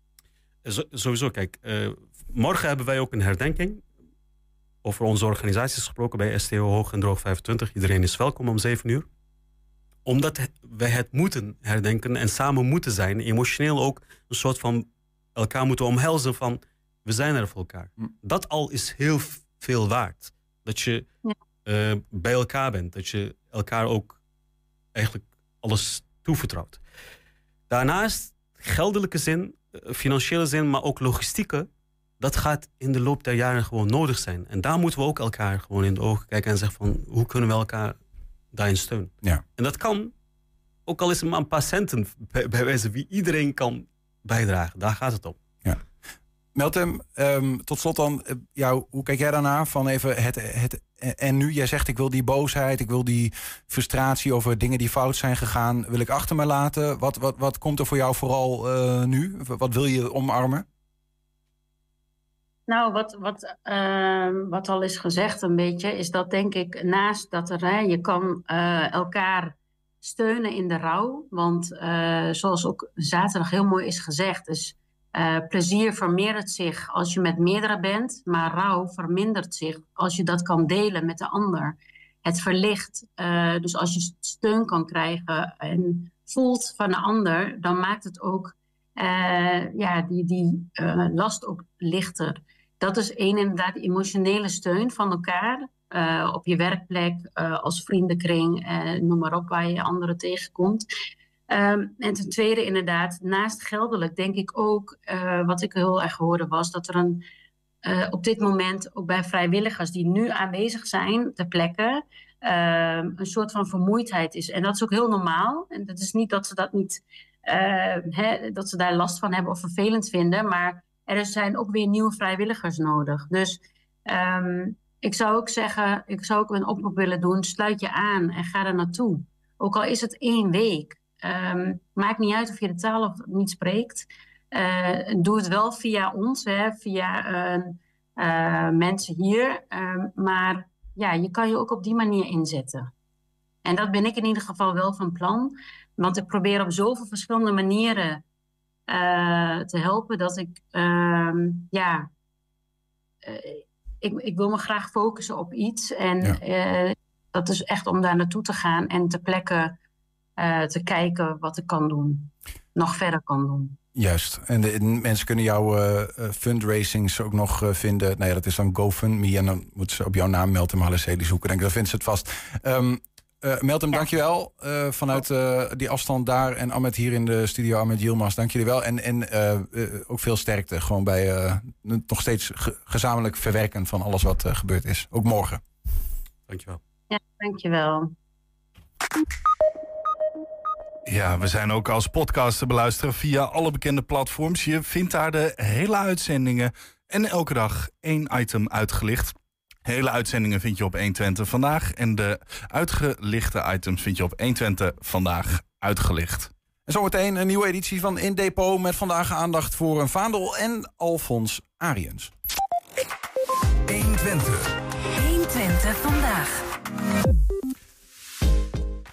Z- sowieso, kijk, uh, morgen hebben wij ook een herdenking. Over onze organisaties gesproken bij S T O Hoog en Droog vijfentwintig. Iedereen is welkom om zeven uur. Omdat wij het moeten herdenken en samen moeten zijn. Emotioneel ook een soort van elkaar moeten omhelzen van we zijn er voor elkaar. Hm. Dat al is heel veel waard. Dat je ja. uh, bij elkaar bent. Dat je elkaar ook eigenlijk alles toevertrouwt. Daarnaast geldelijke zin, financiële zin, maar ook logistieke. Dat gaat in de loop der jaren gewoon nodig zijn. En daar moeten we ook elkaar gewoon in de ogen kijken en zeggen van hoe kunnen we elkaar daarin steunen. Ja. En dat kan, ook al is het maar een paar centen bij, bij wijze wie iedereen kan bijdragen. Daar gaat het om. Ja. Meltem, um, tot slot dan, uh, jou, hoe kijk jij daarnaar? Van even het, het, en nu, jij zegt ik wil die boosheid, ik wil die frustratie over dingen die fout zijn gegaan, wil ik achter me laten. Wat, wat, wat komt er voor jou vooral uh, nu? Wat wil je omarmen? Nou, wat, wat, uh, wat al is gezegd een beetje, is dat denk ik naast dat er, hè, je kan uh, elkaar steunen in de rouw. Want uh, zoals ook zaterdag heel mooi is gezegd, is uh, plezier vermeerdert zich als je met meerdere bent, maar rouw vermindert zich als je dat kan delen met de ander. Het verlicht, uh, dus als je steun kan krijgen en voelt van de ander, dan maakt het ook uh, ja, die, die uh, last ook lichter. Dat is één, inderdaad, emotionele steun van elkaar. Uh, op je werkplek, uh, als vriendenkring, uh, noem maar op, waar je anderen tegenkomt. Um, en ten tweede, inderdaad, naast geldelijk denk ik ook, uh, wat ik heel erg hoorde was, dat er een, uh, op dit moment ook bij vrijwilligers die nu aanwezig zijn ter plekke, uh, een soort van vermoeidheid is. En dat is ook heel normaal. En dat is niet dat ze dat niet, uh, hè, dat ze daar last van hebben of vervelend vinden, maar er zijn ook weer nieuwe vrijwilligers nodig. Dus um, ik zou ook zeggen, ik zou ook een oproep willen doen, sluit je aan en ga er naartoe. Ook al is het één week. Um, maakt niet uit of je de taal of niet spreekt. Uh, doe het wel via ons, hè, via uh, uh, mensen hier. Um, maar ja, je kan je ook op die manier inzetten. En dat ben ik in ieder geval wel van plan. Want ik probeer op zoveel verschillende manieren Uh, te helpen, dat ik, uh, ja, uh, ik, ik wil me graag focussen op iets. En ja. uh, dat is echt om daar naartoe te gaan en ter plekke uh, te kijken wat ik kan doen. Nog verder kan doen. Juist. En de, de mensen kunnen jouw uh, fundraisings ook nog uh, vinden. Nou ja, dat is dan GoFundMe. En dan moeten ze op jouw naam Meltem Halesseli zoeken. Denk, dan vinden ze het vast. Um, Uh, Meltem, ja. dankjewel uh, vanuit uh, die afstand daar. En Ahmed hier in de studio, Ahmed Yilmaz, dank jullie wel. En, en uh, uh, ook veel sterkte gewoon bij uh, nog steeds ge- gezamenlijk verwerken van alles wat uh, gebeurd is. Ook morgen. Dankjewel. Ja, dankjewel. Ja, we zijn ook als podcast te beluisteren via alle bekende platforms. Je vindt daar de hele uitzendingen en elke dag één item uitgelicht. Hele uitzendingen vind je op honderdtwintig Vandaag. En de uitgelichte items vind je op honderdtwintig Vandaag uitgelicht. En zometeen een nieuwe editie van In Depot met vandaag aandacht voor een Vaandel en Alfons Ariens. honderdtwintig. honderdtwintig Vandaag.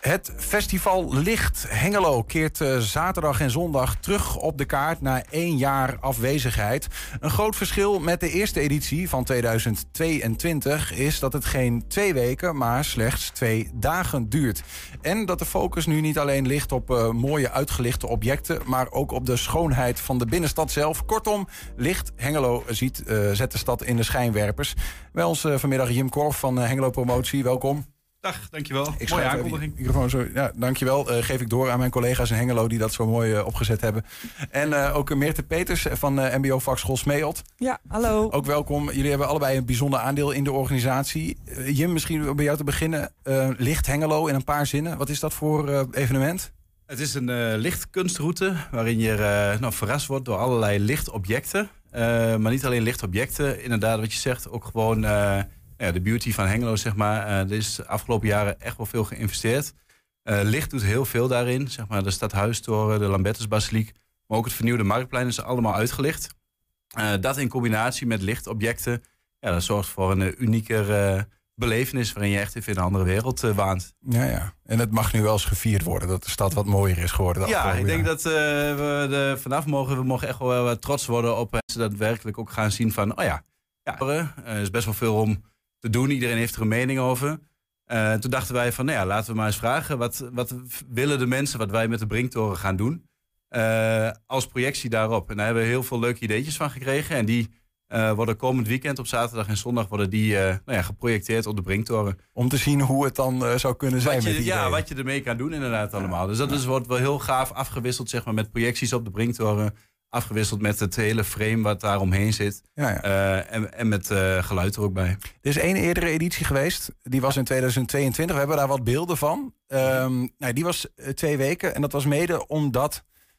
Het festival Licht Hengelo keert uh, zaterdag en zondag terug op de kaart na één jaar afwezigheid. Een groot verschil met de eerste editie van tweeduizend tweeëntwintig is dat het geen twee weken, maar slechts twee dagen duurt. En dat de focus nu niet alleen ligt op uh, mooie uitgelichte objecten, maar ook op de schoonheid van de binnenstad zelf. Kortom, Licht Hengelo ziet, uh, zet de stad in de schijnwerpers. Bij ons uh, vanmiddag Jim Korf van uh, Hengelo Promotie, welkom. Dag, dankjewel. Ik Mooie aankondiging. Microfoon zo. Ja, dankjewel. Uh, geef ik door aan mijn collega's in Hengelo die dat zo mooi uh, opgezet hebben. En uh, ook Meerte Peters van uh, M B O-vakschool Smeelt. Ja, hallo. Ook welkom. Jullie hebben allebei een bijzonder aandeel in de organisatie. Uh, Jim, misschien bij jou te beginnen. Uh, Licht Hengelo in een paar zinnen. Wat is dat voor uh, evenement? Het is een uh, lichtkunstroute waarin je uh, nou, verrast wordt door allerlei lichtobjecten. Uh, maar niet alleen lichtobjecten. Inderdaad, wat je zegt, ook gewoon... Uh, Ja, de beauty van Hengelo, zeg maar. Uh, er is de afgelopen jaren echt wel veel geïnvesteerd. Uh, licht doet heel veel daarin. Zeg maar, de Stadhuistoren, de Lambertusbasiliek. Maar ook het vernieuwde Marktplein is allemaal uitgelicht. Uh, dat in combinatie met lichtobjecten. Ja, dat zorgt voor een uh, unieker uh, belevenis waarin je echt even in een andere wereld uh, waant. Ja, ja. En het mag nu wel eens gevierd worden. Dat de stad wat mooier is geworden. Ja, ik denk jaar. dat uh, we er vanaf mogen, we mogen echt wel uh, trots worden op mensen uh, daadwerkelijk ook gaan zien van... Oh ja, ja er uh, is best wel veel om... te doen. Iedereen heeft er een mening over. Uh, toen dachten wij van, nou ja, laten we maar eens vragen... wat, wat willen de mensen wat wij met de Brinktoren gaan doen... Uh, als projectie daarop. En daar hebben we heel veel leuke ideetjes van gekregen. En die uh, worden komend weekend op zaterdag en zondag... worden die uh, nou ja, geprojecteerd op de Brinktoren. Om te zien hoe het dan uh, zou kunnen zijn wat je, met die Ja, ideeën. wat je ermee kan doen inderdaad allemaal. Ja. Dus dat is, wordt wel heel gaaf afgewisseld zeg maar, met projecties op de Brinktoren... afgewisseld met het hele frame wat daar omheen zit. Ja, ja. Uh, en, en met uh, geluid er ook bij. Er is één eerdere editie geweest. Die was in tweeduizend tweeëntwintig. We hebben daar wat beelden van. Um, nou, die was uh, twee weken. En dat was mede omdat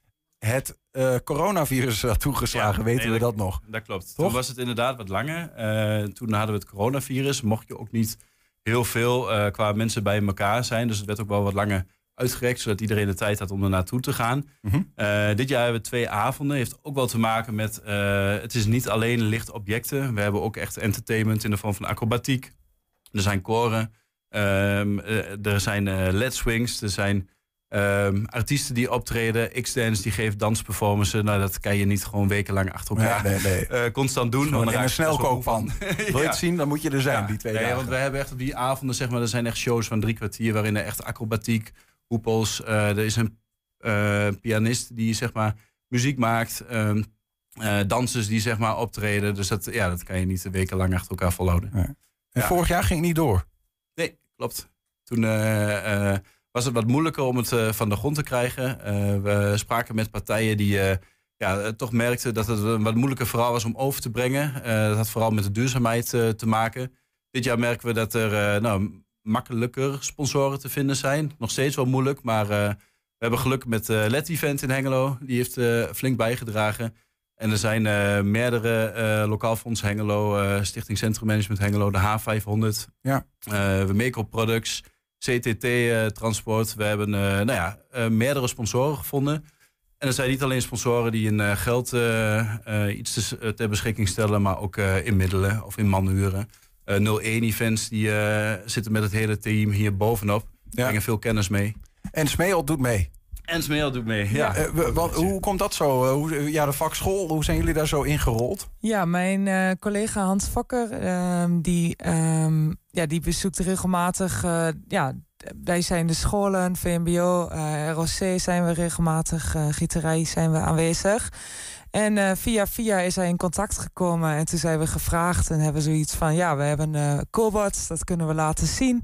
het uh, coronavirus had toegeslagen. Ja, weten nee, we dat, dat nog? Dat klopt. Toch? Toen was het inderdaad wat langer. Uh, toen hadden we het coronavirus. Mocht je ook niet heel veel uh, qua mensen bij elkaar zijn. Dus het werd ook wel wat langer uitgerekt, zodat iedereen de tijd had om er naartoe te gaan. Mm-hmm. Uh, dit jaar hebben we twee avonden. Heeft ook wel te maken met... Uh, het is niet alleen lichtobjecten. We hebben ook echt entertainment in de vorm van acrobatiek. Er zijn koren. Um, uh, er zijn uh, L E D-swings. Er zijn um, artiesten die optreden. X-Dance die geeft dansperformances. Nou, dat kan je niet gewoon wekenlang achter elkaar ja, nee, nee. Uh, constant doen. Gewoon in een snelkookpan. Wil je het zien, dan moet je er zijn, ja, die twee nee, dagen. Want we hebben echt op die avonden, zeg maar, er zijn echt shows van drie kwartier... waarin er echt acrobatiek... hoepels. Uh, er is een uh, pianist die zeg maar muziek maakt. Um, uh, dansers die zeg maar optreden. Dus dat, ja, dat kan je niet wekenlang achter elkaar volhouden. Ja. En ja. vorig jaar ging het niet door? Nee, klopt. Toen uh, uh, was het wat moeilijker om het uh, van de grond te krijgen. Uh, we spraken met partijen die uh, ja, toch merkten dat het een wat moeilijker verhaal was om over te brengen. Uh, dat had vooral met de duurzaamheid uh, te maken. Dit jaar merken we dat er... Uh, nou, makkelijker sponsoren te vinden zijn. Nog steeds wel moeilijk, maar uh, we hebben geluk met uh, L E D-event in Hengelo. Die heeft uh, flink bijgedragen. En er zijn uh, meerdere uh, Lokaal Fonds Hengelo, uh, Stichting Centrum Management Hengelo, de H vijfhonderd. Ja. Uh, we Meco Products, C T T uh, Transport. We hebben uh, nou ja, uh, meerdere sponsoren gevonden. En er zijn niet alleen sponsoren die in uh, geld uh, uh, iets te, uh, ter beschikking stellen, maar ook uh, in middelen of in manuren. Uh, nul één events die uh, zitten met het hele team hier bovenop. Ja. Brengen veel kennis mee. En Smeelt doet mee. En Smeelt doet mee, ja. ja. Uh, wat, hoe komt dat zo? Uh, hoe, ja, de vakschool, hoe zijn jullie daar zo ingerold? Ja, mijn uh, collega Hans Fokker, uh, die, um, ja, die bezoekt regelmatig... Uh, ja, wij zijn de scholen, V M B O, uh, R O C zijn we regelmatig, uh, gieterij zijn we aanwezig... En uh, via via is hij in contact gekomen en toen zijn we gevraagd en hebben zoiets van... ja, we hebben uh, cobots, dat kunnen we laten zien.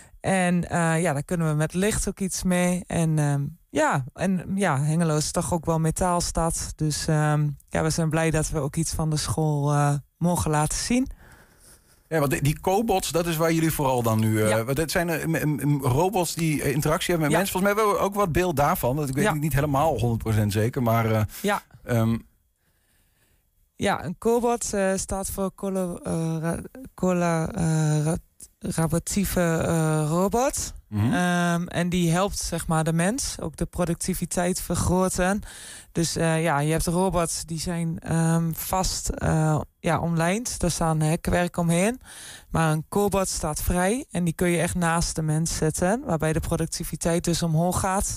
En uh, ja, daar kunnen we met licht ook iets mee. En uh, ja, en ja, Hengelo is toch ook wel metaalstad. Dus uh, ja, we zijn blij dat we ook iets van de school uh, mogen laten zien. Ja, want die, die cobots, dat is waar jullie vooral dan nu... Uh, ja. Want het zijn uh, m- m- robots die uh, interactie hebben met ja. mensen. Volgens mij hebben we ook wat beeld daarvan. Dat ik weet ja. niet helemaal honderd procent zeker, maar... Uh, ja. Um, Ja, een cobot uh, staat voor cola, uh, cola, uh, robotieve uh, robot. Mm-hmm. Um, en die helpt zeg maar de mens ook de productiviteit vergroten. Dus uh, ja, je hebt robots die zijn um, vast uh, ja, omlijnd. Daar staan hekwerk omheen. Maar een cobot staat vrij en die kun je echt naast de mens zetten. Waarbij de productiviteit dus omhoog gaat.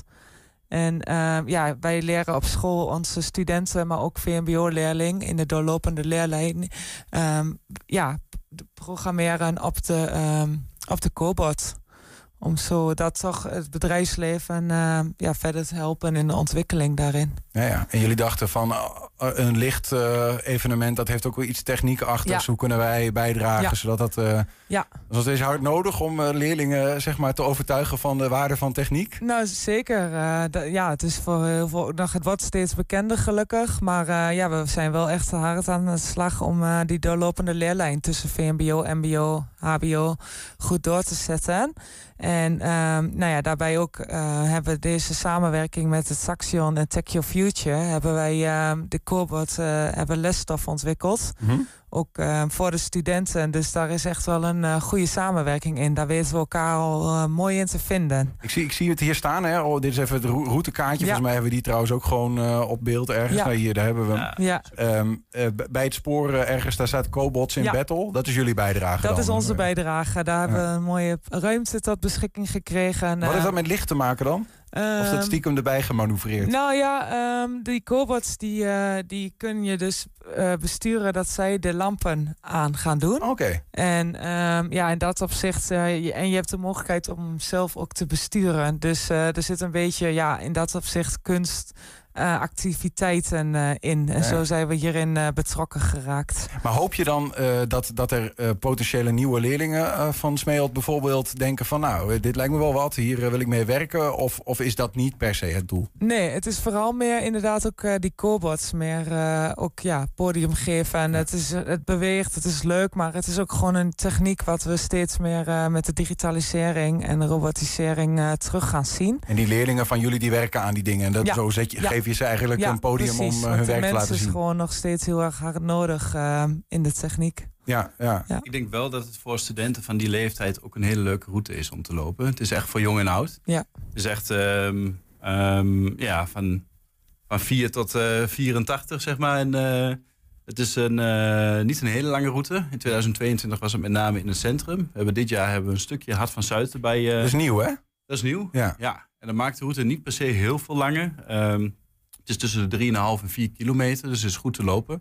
En uh, ja, wij leren op school onze studenten, maar ook V M B O-leerling in de doorlopende leerlijn, um, ja, programmeren op de, um, op de cobot. Om zo dat toch het bedrijfsleven uh, ja, verder te helpen in de ontwikkeling daarin. Ja, ja. En jullie dachten van uh, een licht uh, evenement, dat heeft ook wel iets techniek achter. Ja. Dus hoe kunnen wij bijdragen ja. zodat dat... Uh, ja. Was het hard nodig om uh, leerlingen zeg maar, te overtuigen van de waarde van techniek? Nou, zeker. Uh, d- ja, het is voor heel veel nog, het wordt steeds bekender gelukkig. Maar uh, ja, we zijn wel echt hard aan de slag om uh, die doorlopende leerlijn tussen V M B O, M B O, H B O goed door te zetten. En um, nou ja, daarbij ook uh, hebben we deze samenwerking met het Saxion en Tech Your Future hebben wij uh, de cobot uh, hebben lesstof ontwikkeld. Mm-hmm. Ook uh, voor de studenten. Dus daar is echt wel een uh, goede samenwerking in. Daar weten we elkaar al uh, mooi in te vinden. Ik zie, ik zie het hier staan. Hè? Oh, dit is even het routekaartje. Ja. Volgens mij hebben we die trouwens ook gewoon uh, op beeld ergens. Ja. Nou, hier, daar hebben we hem. Ja. Um, uh, bij het spoor uh, ergens, daar staat cobots in ja. battle. Dat is jullie bijdrage Dat dan. is onze bijdrage. Daar ja. hebben we een mooie ruimte tot beschikking gekregen. Wat uh, heeft dat met licht te maken dan? Um, of dat stiekem erbij gemanoeuvreerd? Nou ja, um, die cobots die, uh, die kun je dus uh, besturen dat zij de lampen aan gaan doen. Oké. Okay. En um, ja, in dat opzicht, uh, je, en je hebt de mogelijkheid om hem zelf ook te besturen. Dus uh, er zit een beetje, ja, in dat opzicht kunst... Uh, activiteiten uh, in. En ja. zo zijn we hierin uh, betrokken geraakt. Maar hoop je dan uh, dat, dat er uh, potentiële nieuwe leerlingen uh, van Smeelt bijvoorbeeld denken van nou, dit lijkt me wel wat, hier uh, wil ik mee werken? Of, of is dat niet per se het doel? Nee, het is vooral meer inderdaad ook uh, die cobots, meer uh, ook ja, podium geven. En ja. het, is, het beweegt, het is leuk, maar het is ook gewoon een techniek wat we steeds meer uh, met de digitalisering en de robotisering uh, terug gaan zien. En die leerlingen van jullie die werken aan die dingen. En dat ja. zo zet je, ja. geef je ze eigenlijk ja, een podium precies, om uh, hun werk te laten zien. De mensen is gewoon nog steeds heel erg hard nodig uh, in de techniek. Ja, ja. ja. Ik denk wel dat het voor studenten van die leeftijd ook een hele leuke route is om te lopen. Het is echt voor jong en oud. Ja. Het is echt um, um, ja, van, van vier tot uh, vierentachtig, zeg maar. En, uh, het is een, uh, niet een hele lange route. In tweeduizend tweeëntwintig was het met name in het centrum. We hebben dit jaar hebben we een stukje Hart van Zuid erbij. Uh, dat is nieuw, hè? Dat is nieuw, ja. ja. En dat maakt de route niet per se heel veel langer. Um, het is tussen de drie komma vijf en vier kilometer, dus het is goed te lopen.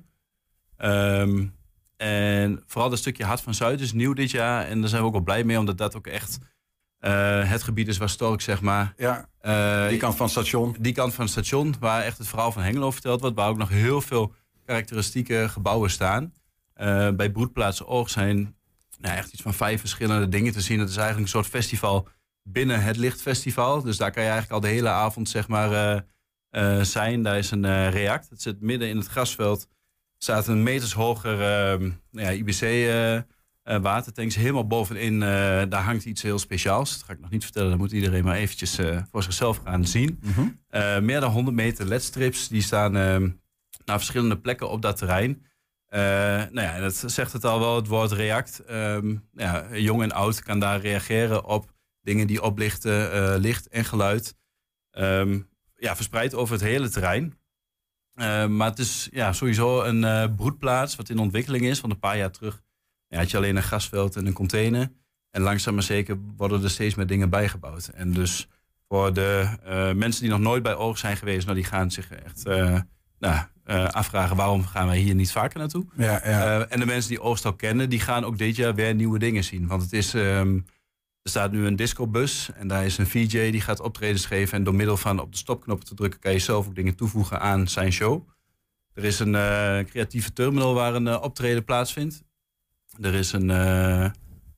Um, en vooral dat stukje Hart van Zuid is nieuw dit jaar. En daar zijn we ook wel blij mee, omdat dat ook echt uh, het gebied is waar Stork, zeg maar... Ja, uh, die kant van het station. Die kant van het station, waar echt het verhaal van Hengelo verteld wordt. Waar ook nog heel veel karakteristieke gebouwen staan. Uh, bij Broedplaats Oog zijn nou, echt iets van vijf verschillende dingen te zien. Het is eigenlijk een soort festival binnen het Lichtfestival. Dus daar kan je eigenlijk al de hele avond, zeg maar, uh, uh, zijn. Daar is een uh, React. Het zit midden in het grasveld. Staat een meters hoger uh, ja, I B C uh, uh, watertanks. Helemaal bovenin, uh, daar hangt iets heel speciaals. Dat ga ik nog niet vertellen. Dat moet iedereen maar eventjes uh, voor zichzelf gaan zien. Mm-hmm. Uh, meer dan honderd meter L E D-strips. Die staan uh, naar verschillende plekken op dat terrein. Uh, nou ja, dat zegt het al wel, het woord React. Um, ja, jong en oud kan daar reageren op dingen die oplichten, uh, licht en geluid. Um, ja, verspreid over het hele terrein. Uh, maar het is ja, sowieso een uh, broedplaats wat in ontwikkeling is. Want een paar jaar terug ja, had je alleen een grasveld en een container. En langzaam maar zeker worden er steeds meer dingen bijgebouwd. En dus voor de uh, mensen die nog nooit bij Oog zijn geweest, nou, die gaan zich echt uh, nou, uh, afvragen waarom gaan wij hier niet vaker naartoe. Ja, ja. Uh, en de mensen die Oog al kennen, die gaan ook dit jaar weer nieuwe dingen zien. Want het is... Um, Er staat nu een discobus en daar is een V J die gaat optredens geven. En door middel van op de stopknoppen te drukken kan je zelf ook dingen toevoegen aan zijn show. Er is een uh, creatieve terminal waar een uh, optreden plaatsvindt. Er is een, uh,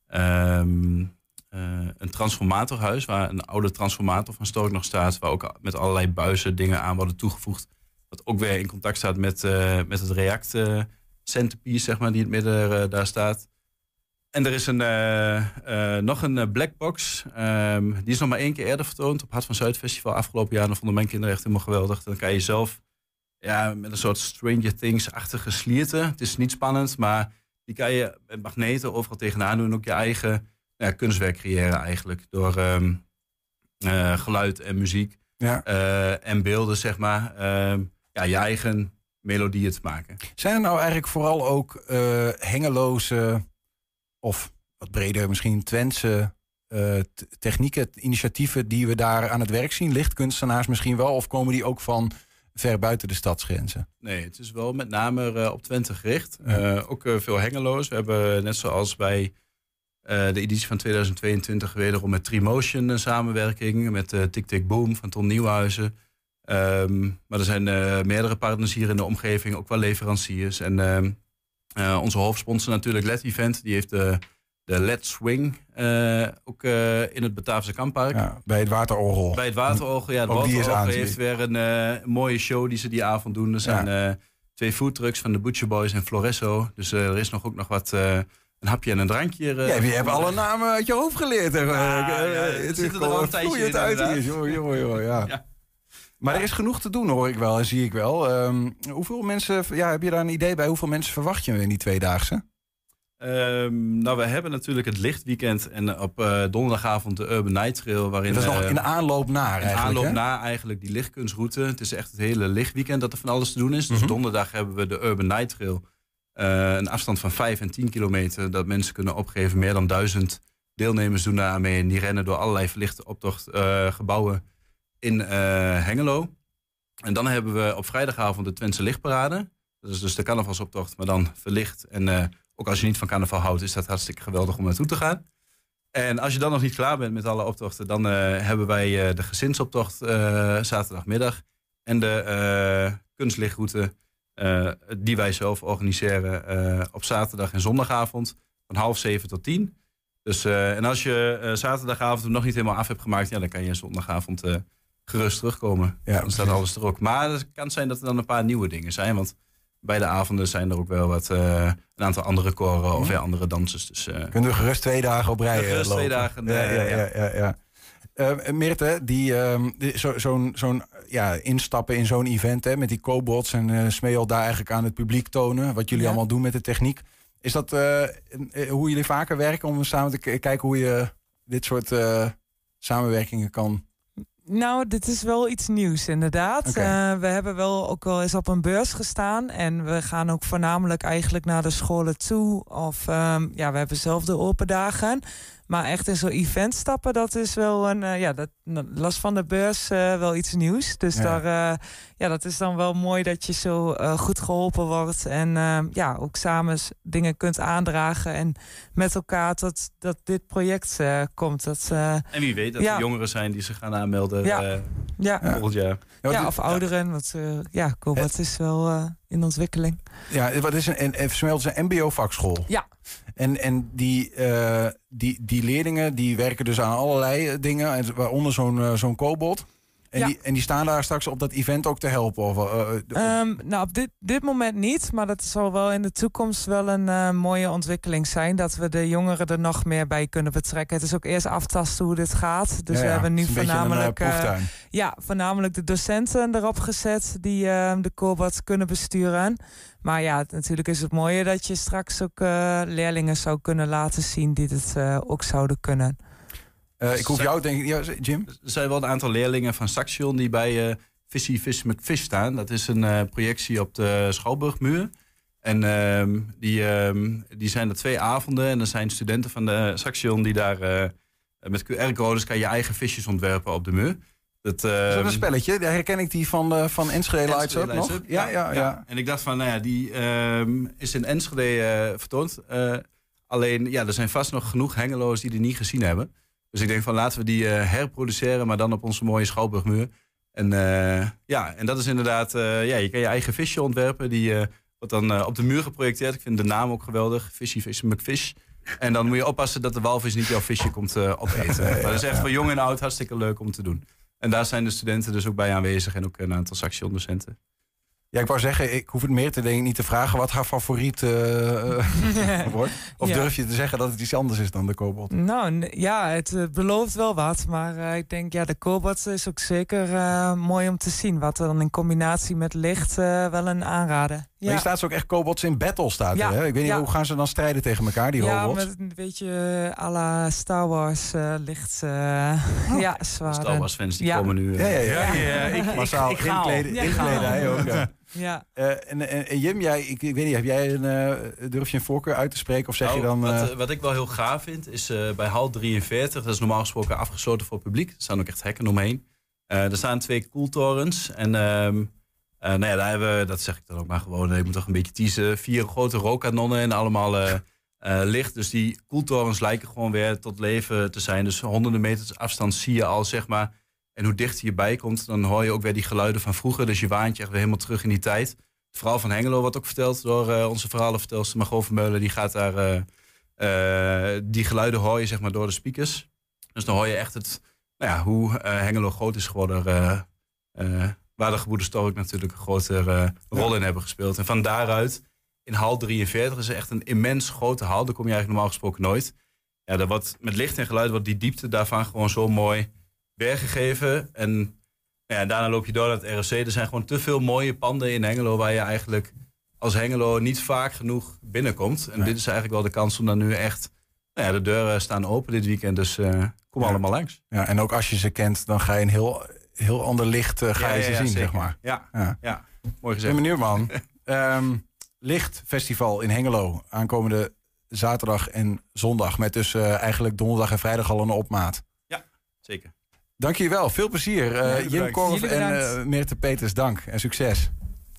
um, uh, een transformatorhuis waar een oude transformator van Stork nog staat. Waar ook met allerlei buizen dingen aan worden toegevoegd. Wat ook weer in contact staat met, uh, met het React uh, centerpiece, zeg maar, die in het midden uh, daar staat. En er is een, uh, uh, nog een uh, blackbox. Um, die is nog maar één keer eerder vertoond op Hart van Zuid Festival afgelopen jaar. En dat vonden mijn kinderen echt helemaal geweldig. Dan kan je zelf ja, met een soort Stranger Things-achtige slierte. Het is niet spannend, maar die kan je met magneten overal tegenaan doen. En ook je eigen ja, kunstwerk creëren eigenlijk. Door um, uh, geluid en muziek ja. uh, en beelden, zeg maar. Uh, ja, je eigen melodieën te maken. Zijn er nou eigenlijk vooral ook uh, Hengeloze of wat breder misschien Twentse uh, t- technieken, initiatieven die we daar aan het werk zien? Lichtkunstenaars misschien wel? Of komen die ook van ver buiten de stadsgrenzen? Nee, het is wel met name uh, op Twente gericht. Ja. Uh, ook uh, veel Hengeloos. We hebben net zoals bij uh, de editie van tweeduizend tweeëntwintig wederom met Trimotion een samenwerking. Met uh, Tik Tik Boom van Ton Nieuwhuizen. Um, maar er zijn uh, meerdere partners hier in de omgeving, ook wel leveranciers. En uh, uh, onze hoofdsponsor natuurlijk L E D Event. Die heeft de, de L E D Swing uh, ook uh, in het Bataafse Kamppark. Ja, bij het Waterorgel. Bij het Waterorgel, ja. Het Waterorgel heeft weer een uh, mooie show die ze die avond doen. Er zijn ja. uh, twee foodtrucks van de Butcher Boys en Floresso. Dus uh, er is nog ook nog wat... Uh, een hapje en een drankje. Uh, ja, je hebt alle namen uit je hoofd geleerd. Hè? Ja, ja, ja, het zit er al een tijdje in. Uit joh, joh, joh, ja. ja. Maar er is genoeg te doen, hoor ik wel en zie ik wel. Um, hoeveel mensen, ja, heb je daar een idee bij? Hoeveel mensen verwacht je in die tweedaagse? Um, nou, we hebben natuurlijk het lichtweekend en op uh, donderdagavond de Urban Night Trail. Waarin, dat is nog in de aanloop naar eigenlijk, In aanloop hè? naar eigenlijk die lichtkunstroute. Het is echt het hele lichtweekend dat er van alles te doen is. Dus mm-hmm. donderdag hebben we de Urban Night Trail. Uh, een afstand van vijf en tien kilometer. Dat mensen kunnen opgeven. Meer dan duizend deelnemers doen daar mee. En die rennen door allerlei verlichte optocht uh, gebouwen in uh, Hengelo. En dan hebben we op vrijdagavond de Twentse Lichtparade. Dat is dus de carnavalsoptocht, maar dan verlicht. En uh, ook als je niet van carnaval houdt, is dat hartstikke geweldig om naartoe te gaan. En als je dan nog niet klaar bent met alle optochten, dan uh, hebben wij uh, de gezinsoptocht uh, zaterdagmiddag. En de uh, kunstlichtroute uh, die wij zelf organiseren uh, op zaterdag en zondagavond van half zeven tot tien. Dus, uh, en als je uh, zaterdagavond hem nog niet helemaal af hebt gemaakt, ja, dan kan je zondagavond uh, gerust terugkomen. Ja, dan staat alles er ook. Maar het kan zijn dat er dan een paar nieuwe dingen zijn. Want bij de avonden zijn er ook wel wat uh, een aantal andere koren of ja, andere dansers. Dus, uh, kunnen we gerust twee dagen op rij gerust lopen. twee dagen. Uh, ja, ja, ja, ja, ja. Uh, Meerte, die, uh, die, zo, zo'n, zo'n ja, instappen in zo'n event hè, met die cobots en uh, Smeal daar eigenlijk aan het publiek tonen. Wat jullie ja. allemaal doen met de techniek. Is dat uh, hoe jullie vaker werken om samen te k- kijken hoe je dit soort uh, samenwerkingen kan? Nou, dit is wel iets nieuws inderdaad. Okay. Uh, we hebben wel ook wel eens op een beurs gestaan. En we gaan ook voornamelijk eigenlijk naar de scholen toe. Of um, ja, we hebben zelf de open dagen. Maar echt in zo'n event stappen, dat is wel een, uh, ja, dat last van de beurs uh, wel iets nieuws. Dus ja. daar, uh, ja, dat is dan wel mooi dat je zo uh, goed geholpen wordt. En uh, ja, ook samen dingen kunt aandragen. En met elkaar tot dat dit project uh, komt. Dat, uh, en wie weet dat ja. er jongeren zijn die zich gaan aanmelden ja. Uh, ja. volgend jaar. Ja, ja of ouderen. Want uh, ja, Cobot is wel uh, in ontwikkeling. Ja, wat is een, een, Smelt is een mbo-vakschool. Ja. En, en die, uh, die, die leerlingen die werken dus aan allerlei dingen, waaronder zo'n, uh, zo'n Cobot. En, ja. die, en die staan daar straks op dat event ook te helpen? Of, uh, uh, um, nou, op dit, dit moment niet. Maar dat zal wel in de toekomst wel een uh, mooie ontwikkeling zijn. Dat we de jongeren er nog meer bij kunnen betrekken. Het is ook eerst aftasten hoe dit gaat. Dus ja, ja. we hebben nu voornamelijk, een, uh, ja, voornamelijk de docenten erop gezet die uh, de Cobot kunnen besturen. Maar ja, natuurlijk is het mooie dat je straks ook uh, leerlingen zou kunnen laten zien die het uh, ook zouden kunnen. Uh, ik hoef jou, denk ik, ja, Jim? Er zijn wel een aantal leerlingen van Saxion die bij uh, Visie Vis met Vis staan. Dat is een uh, projectie op de Schouwburgmuur. En uh, die, uh, die zijn er twee avonden. En er zijn studenten van de Saxion die daar uh, met Q R-codes kan je eigen visjes ontwerpen op de muur. Dat, uh, is dat een spelletje? Daar herken ik die van, uh, van Enschede Lights Up nog. Up. Ja, ja, ja, ja. En ik dacht van, nou ja, die uh, is in Enschede uh, vertoond. Uh, alleen, ja, er zijn vast nog genoeg Hengelo's die die niet gezien hebben. Dus ik denk van, laten we die uh, herproduceren, maar dan op onze mooie Schouwburgmuur. En uh, ja, en dat is inderdaad, uh, ja, je kan je eigen visje ontwerpen. Die uh, wordt dan uh, op de muur geprojecteerd. Ik vind de naam ook geweldig. Visie Vis McFish. En dan moet je oppassen dat de walvis niet jouw visje komt uh, opeten. Maar dat is echt voor jong en oud hartstikke leuk om te doen. En daar zijn de studenten dus ook bij aanwezig en ook een aantal Saxion-docenten. Ja, ik wou zeggen, ik hoef het meer te denken, niet te vragen wat haar favoriet uh, wordt. Of ja. durf je te zeggen dat het iets anders is dan de kobold? Nou, ja, het uh, belooft wel wat. Maar uh, ik denk, ja, de kobold is ook zeker uh, mooi om te zien. Wat er dan in combinatie met licht uh, wel een aanrader. Ja. Maar hier staat ze ook echt kobolds in battle, staat ja. er, hè? Ik weet niet, ja. hoe gaan ze dan strijden tegen elkaar, die ja, robots? Ja, met een beetje à la Star Wars uh, licht. Uh, oh. Ja, zwaar. Star Wars fans die ja. komen nu... Uh, ja, ja, ja. ja. ja. ja. Ik, massaal ik, ik inkleden, ja, inkleden hij ook. Ja. Ja. Uh, en, en, en Jim, jij, ik, ik weet niet, heb jij een, uh, durf je een voorkeur uit te spreken? Of zeg nou, je dan... Uh... Wat, wat ik wel heel gaaf vind, is uh, bij hal drieënveertig... dat is normaal gesproken afgesloten voor het publiek. Er staan ook echt hekken omheen. Uh, er staan twee koeltorens. En uh, uh, nou ja, daar hebben we, dat zeg ik dan ook maar gewoon... ik moet toch een beetje teasen. Vier grote rookkanonnen en allemaal uh, uh, licht. Dus die koeltorens lijken gewoon weer tot leven te zijn. Dus honderden meters afstand zie je al, zeg maar... En hoe dichter je bij komt, dan hoor je ook weer die geluiden van vroeger. Dus je waant je echt weer helemaal terug in die tijd. Het verhaal van Hengelo wordt ook verteld door uh, onze verhalenvertelster Margot Vermeulen. Die gaat daar, uh, uh, die geluiden hoor je zeg maar door de speakers. Dus dan hoor je echt het, nou ja, hoe uh, Hengelo groot is geworden. Uh, uh, waar de gebroeders Stork natuurlijk een grote uh, rol in hebben gespeeld. En van daaruit, in hal drieënveertig, is echt een immens grote hal. Daar kom je eigenlijk normaal gesproken nooit. Ja, dat wordt, met licht en geluid wordt die diepte daarvan gewoon zo mooi... weergegeven. En ja, daarna loop je door naar het R O C. Er zijn gewoon te veel mooie panden in Hengelo... waar je eigenlijk als Hengelo niet vaak genoeg binnenkomt. En nee. dit is eigenlijk wel de kans om dan nu echt... Nou ja, de deuren staan open dit weekend, dus uh, kom ja. allemaal langs. Ja, en ook als je ze kent, dan ga je een heel, heel ander licht uh, ga ja, je ze ja, ja, zien, zeker. zeg maar. Ja, ja. ja. Mooi gezegd. Ik ben benieuwd, man. um, Lichtfestival in Hengelo. Aankomende zaterdag en zondag. Met dus uh, eigenlijk donderdag en vrijdag al een opmaat. Ja, zeker. Dank je wel. Veel plezier. Uh, ja, Jim Korf en uh, Meerte Peters, dank. En succes.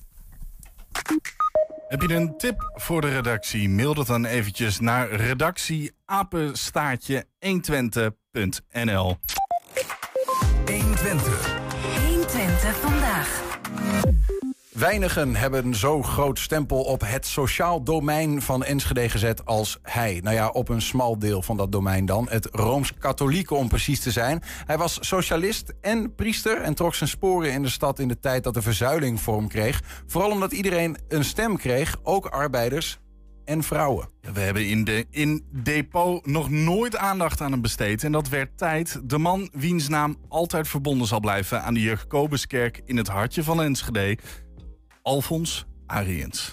Heb je een tip voor de redactie? Mail dat dan eventjes naar redactie apenstaartje honderdtwintig punt n l. honderdtwintig. honderdtwintig vandaag. Weinigen hebben zo'n groot stempel op het sociaal domein van Enschede gezet als hij. Nou ja, op een smal deel van dat domein dan. Het Rooms-Katholieke om precies te zijn. Hij was socialist en priester en trok zijn sporen in de stad in de tijd dat de verzuiling vorm kreeg. Vooral omdat iedereen een stem kreeg, ook arbeiders en vrouwen. Ja, we hebben in, de, in Depot nog nooit aandacht aan hem besteed. En dat werd tijd. De man wiens naam altijd verbonden zal blijven aan de Jacobuskerk in het hartje van Enschede. Alfons Ariens.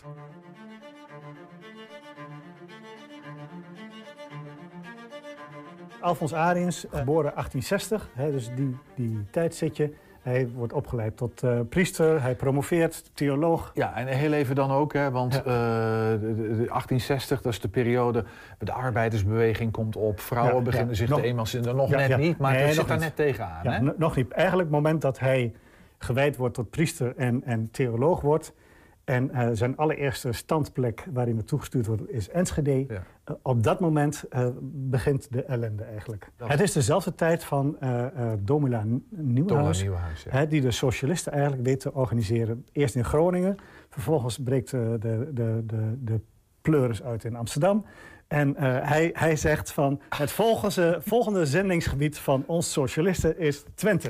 Alfons Ariens, geboren achttien zestig, hè, dus die, die tijd zit je. Hij wordt opgeleid tot uh, priester, hij promoveert, theoloog. Ja, en heel even dan ook, hè, want ja. uh, de, de, de achttien zestig, dat is de periode... de arbeidersbeweging komt op, vrouwen ja, beginnen ja, zich nog, te emanciperen. Nog ja, net ja. niet, maar nee, het zit daar net tegenaan. Ja, hè? N- nog niet. Eigenlijk het moment dat hij gewijd wordt tot priester en, en theoloog wordt... en uh, zijn allereerste standplek waar hij naartoe gestuurd wordt is Enschede. Ja. Uh, op dat moment uh, begint de ellende eigenlijk. Dat het is dezelfde tijd van uh, uh, Domela Nieuwenhuis, Nieuwenhuis ja. hè, die de socialisten eigenlijk weet te organiseren. Eerst in Groningen, vervolgens breekt uh, de, de, de, de pleuris uit in Amsterdam. En uh, hij, hij zegt van het volgende, volgende zendingsgebied van ons socialisten is Twente.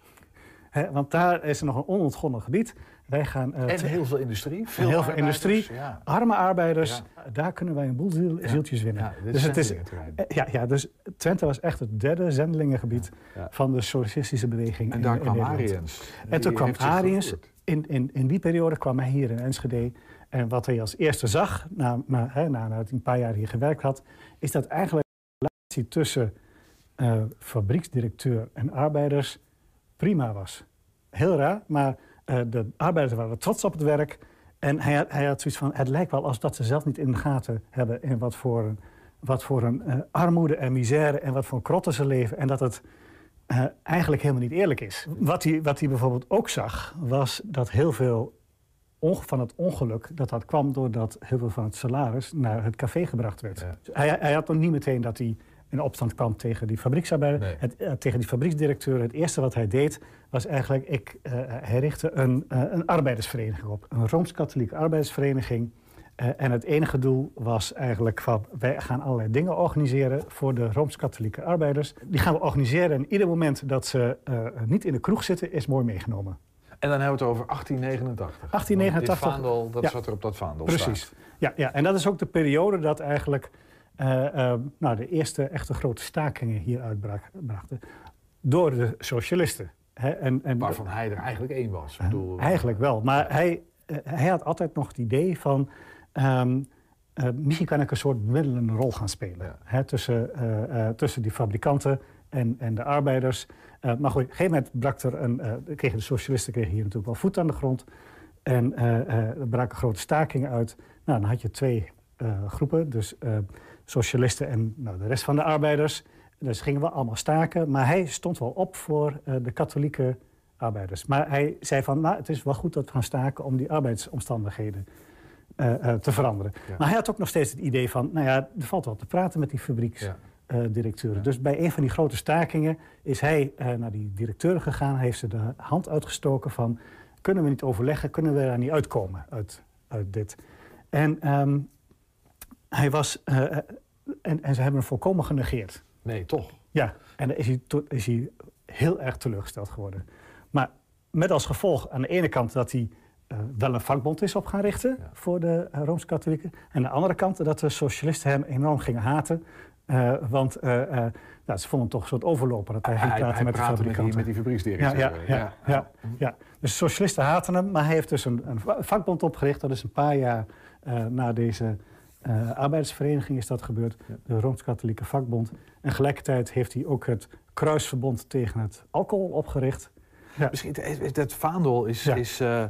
He, want daar is er nog een onontgonnen gebied. Wij gaan, uh, en heel veel industrie. Veel heel veel industrie. Ja. Arme arbeiders. Ja. Daar kunnen wij een boel ziel, ja. zieltjes winnen. Ja, dus, het is, ja, ja, dus Twente was echt het derde zendelingengebied ja. Ja. van de socialistische beweging. En daar in, kwam in Ariens. En toen kwam Ariens. In, in, in die periode kwam hij hier in Enschede. En wat hij als eerste zag, na, na, hè, nadat hij een paar jaar hier gewerkt had... is dat eigenlijk de relatie tussen uh, fabrieksdirecteur en arbeiders prima was. Heel raar, maar uh, de arbeiders waren trots op het werk. En hij had, hij had zoiets van, het lijkt wel alsof dat ze zelf niet in de gaten hebben... in wat voor een, wat voor een uh, armoede en misère en wat voor krotten ze leven. En dat het uh, eigenlijk helemaal niet eerlijk is. Wat hij, wat hij bijvoorbeeld ook zag, was dat heel veel onge- van het ongeluk... dat dat kwam doordat heel veel van het salaris naar het café gebracht werd. Ja. Hij, hij had nog niet meteen dat hij in opstand kwam tegen die fabrieksarbeider, nee. het, uh, tegen die fabrieksdirecteur. Het eerste wat hij deed was eigenlijk, ik, uh, hij richtte een, uh, een arbeidersvereniging op. Een Rooms-Katholieke arbeidersvereniging. Uh, en het enige doel was eigenlijk van, wij gaan allerlei dingen organiseren voor de Rooms-Katholieke arbeiders. Die gaan we organiseren en ieder moment dat ze uh, niet in de kroeg zitten, is mooi meegenomen. En dan hebben we het over achttien negenentachtig. achttien negenentachtig. Dit vaandel, dat ja. zat er op dat vaandel. Precies. Staat. Ja, ja, en dat is ook de periode dat eigenlijk uh, uh, nou, de eerste echte grote stakingen hier uitbrachten. Door de socialisten. Hè, en, en Waarvan hij er eigenlijk één was. Ik bedoel, eigenlijk wel. Maar hij, uh, hij had altijd nog het idee van... Um, uh, misschien kan ik een soort bemiddelende rol gaan spelen. Ja. Hè, tussen, uh, uh, tussen die fabrikanten en, en de arbeiders. Uh, maar goed, op een gegeven moment brak er een... Uh, kregen de socialisten kregen hier natuurlijk wel voet aan de grond. En uh, uh, er braken grote stakingen uit. Nou, dan had je twee uh, groepen. Dus uh, socialisten en nou, de rest van de arbeiders... Dus gingen we allemaal staken. Maar hij stond wel op voor uh, de katholieke arbeiders. Maar hij zei van, nou, het is wel goed dat we gaan staken... om die arbeidsomstandigheden uh, uh, te veranderen. Ja. Maar hij had ook nog steeds het idee van... nou ja, er valt wel te praten met die fabrieksdirecteuren. Ja. Uh, ja. Dus bij een van die grote stakingen is hij uh, naar die directeur gegaan... heeft ze de hand uitgestoken van... kunnen we niet overleggen, kunnen we daar niet uitkomen uit, uit dit. En um, hij was... Uh, en, en ze hebben hem volkomen genegeerd. Nee, toch? Ja, en dan is hij, to- is hij heel erg teleurgesteld geworden. Maar met als gevolg aan de ene kant dat hij uh, wel een vakbond is op gaan richten... Ja. voor de uh, Rooms-Katholieken. En aan de andere kant dat de socialisten hem enorm gingen haten... Uh, want uh, uh, nou, ze vonden hem toch een soort overloper. Dat hij ging praten hij met de fabrikanten. Met die, met die fabrieksdirecteur. Ja, ja, ja, ja, ja, ja. Dus de socialisten haten hem, maar hij heeft dus een, een vakbond opgericht. Dat is een paar jaar uh, na deze uh, arbeidersvereniging is dat gebeurd. Ja. De Rooms-Katholieke vakbond. En tegelijkertijd heeft hij ook het Kruisverbond tegen het alcohol opgericht. Ja. Misschien, dat vaandel is, ja. is uh,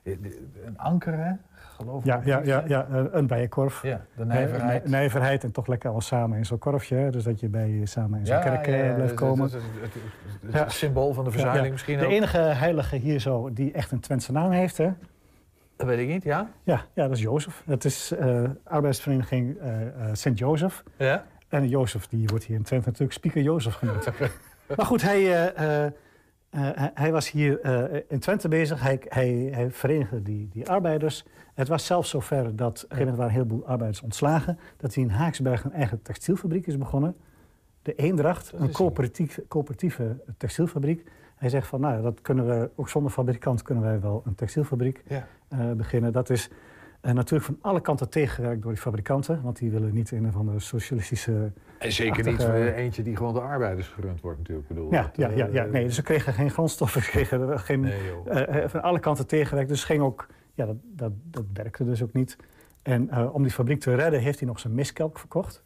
een anker, hè? Geloof ja, ja, ja, ja, een bijenkorf. Ja, de nijverheid. Uh, nijverheid en toch lekker al samen in zo'n korfje. Hè? Dus dat je bij samen in zo'n ja, kerk ja, ja, blijft komen. Het, het, het, het, het, het ja. symbool van de verzuiling ja, ja. misschien de ook. De enige heilige hier zo die echt een Twentse naam heeft, hè? Dat weet ik niet, ja? Ja, ja dat is Jozef. Het is uh, arbeidsvereniging uh, uh, Sint-Jozef. Ja? En Jozef, die wordt hier in Twente natuurlijk Speaker Jozef genoemd. Maar goed, hij... Uh, uh, Uh, hij was hier uh, in Twente bezig. Hij, hij, hij verenigde die, die arbeiders. Het was zelfs zover dat... op een gegeven moment waren een heleboel arbeiders ontslagen... dat hij in Haaksberg een eigen textielfabriek is begonnen. De Eendracht, een coöperatief, coöperatieve textielfabriek. Hij zegt van, nou, dat kunnen we... ook zonder fabrikant kunnen wij wel een textielfabriek ja. uh, beginnen. Dat is uh, natuurlijk van alle kanten tegengewerkt door die fabrikanten... want die willen niet een van de socialistische... En zeker niet uh, eentje die gewoon door arbeiders gerund wordt natuurlijk. Bedoel, ja, dat, ja, ja, ja, uh, nee, dus ze kregen geen grondstoffen, ze kregen geen, nee, uh, van alle kanten tegengewerkt. Dus ging ook, ja, dat, dat, dat werkte dus ook niet. En uh, om die fabriek te redden heeft hij nog zijn miskelk verkocht.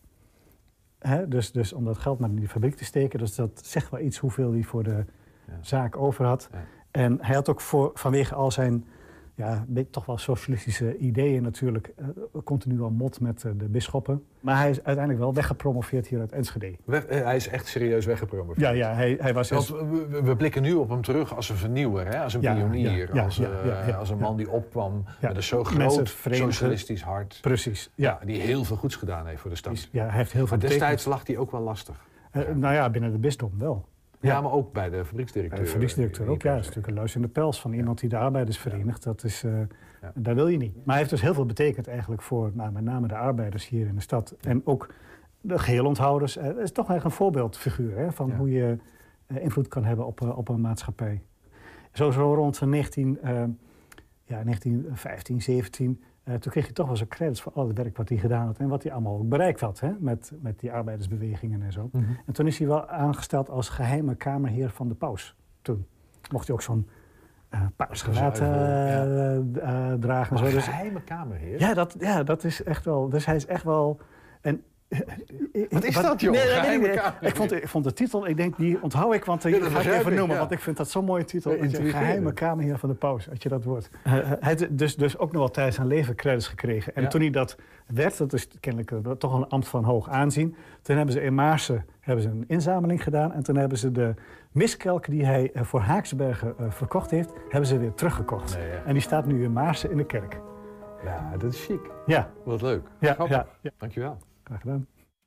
Hè? Dus, dus om dat geld maar in die fabriek te steken. Dus dat zegt wel iets hoeveel hij voor de ja. zaak over had. Ja. En hij had ook voor, vanwege al zijn... ja, toch wel socialistische ideeën natuurlijk, uh, continu al mot met uh, de bisschoppen. Maar hij is uiteindelijk wel weggepromoveerd hier uit Enschede. We, uh, hij is echt serieus weggepromoveerd? Ja, ja hij, hij was... Want we, we blikken nu op hem terug als een vernieuwer, hè? Als een ja, pionier, ja, ja, als, uh, ja, ja, ja, als een man die opkwam ja. met een zo groot socialistisch hart. Precies. Ja. Ja, die heel veel goeds gedaan heeft voor de stad. Ja, hij heeft heel veel maar destijds lag hij ook wel lastig. Uh, ja. Nou ja, binnen de bisdom wel. Ja, ja, maar ook bij de fabrieksdirecteur. Bij de fabrieksdirecteur ook, ja. Dat is natuurlijk een luis in de pels van iemand die de arbeiders verenigt. Dat is, uh, ja. Daar wil je niet. Maar hij heeft dus heel veel betekend eigenlijk voor nou, met name de arbeiders hier in de stad. En ook de geheelonthouders. Het uh, is toch eigenlijk een voorbeeldfiguur hè, van ja. hoe je uh, invloed kan hebben op, uh, op een maatschappij. Zo, zo rond negentien, uh, ja, negentien vijftien, zeventien... Uh, toen kreeg je toch wel zijn credits voor al het werk wat hij gedaan had... en wat hij allemaal ook bereikt had, hè, met, met die arbeidersbewegingen en zo. Mm-hmm. En toen is hij wel aangesteld als geheime kamerheer van de paus. Toen mocht hij ook zo'n uh, paars gewaad uh, ja. uh, dragen. Maar en zo. Dus, geheime kamerheer? Ja dat, ja, dat is echt wel... Dus hij is echt wel... En, Wat is dat, joh? Nee, nee, nee, nee. Ik, vond, ik vond de titel, ik denk, die onthoud ik, want die ja, ga ik even noemen. Ja. Want ik vind dat zo'n mooie titel. Een geheime kamerheer van de paus, had je dat woord. Uh, hij heeft dus, dus ook nog wel tijdens zijn leven credits gekregen. En ja. toen hij dat werd, dat is kennelijk uh, toch een ambt van hoog aanzien. Toen hebben ze in Maarsen hebben ze een inzameling gedaan. En toen hebben ze de miskelk die hij uh, voor Haaksbergen uh, verkocht heeft, hebben ze weer teruggekocht. Nee, ja. En die staat nu in Maarsen in de kerk. Ja, dat is chic. Ja. Wat leuk. Ja, ja, ja. Dankjewel. Graag gedaan.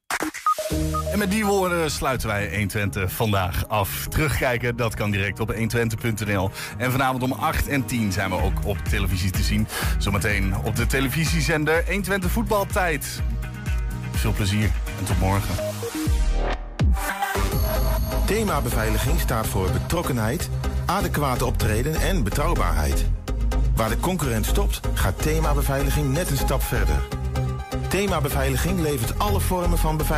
En met die woorden sluiten wij honderdtwintig vandaag af. Terugkijken, dat kan direct op honderdtwintig punt n l. En vanavond om acht en tien zijn we ook op televisie te zien. Zometeen op de televisiezender honderdtwintig Voetbaltijd. Veel plezier en tot morgen. Thema beveiliging staat voor betrokkenheid, adequaat optreden en betrouwbaarheid. Waar de concurrent stopt, gaat Thema Beveiliging net een stap verder. Thema Beveiliging levert alle vormen van beveiliging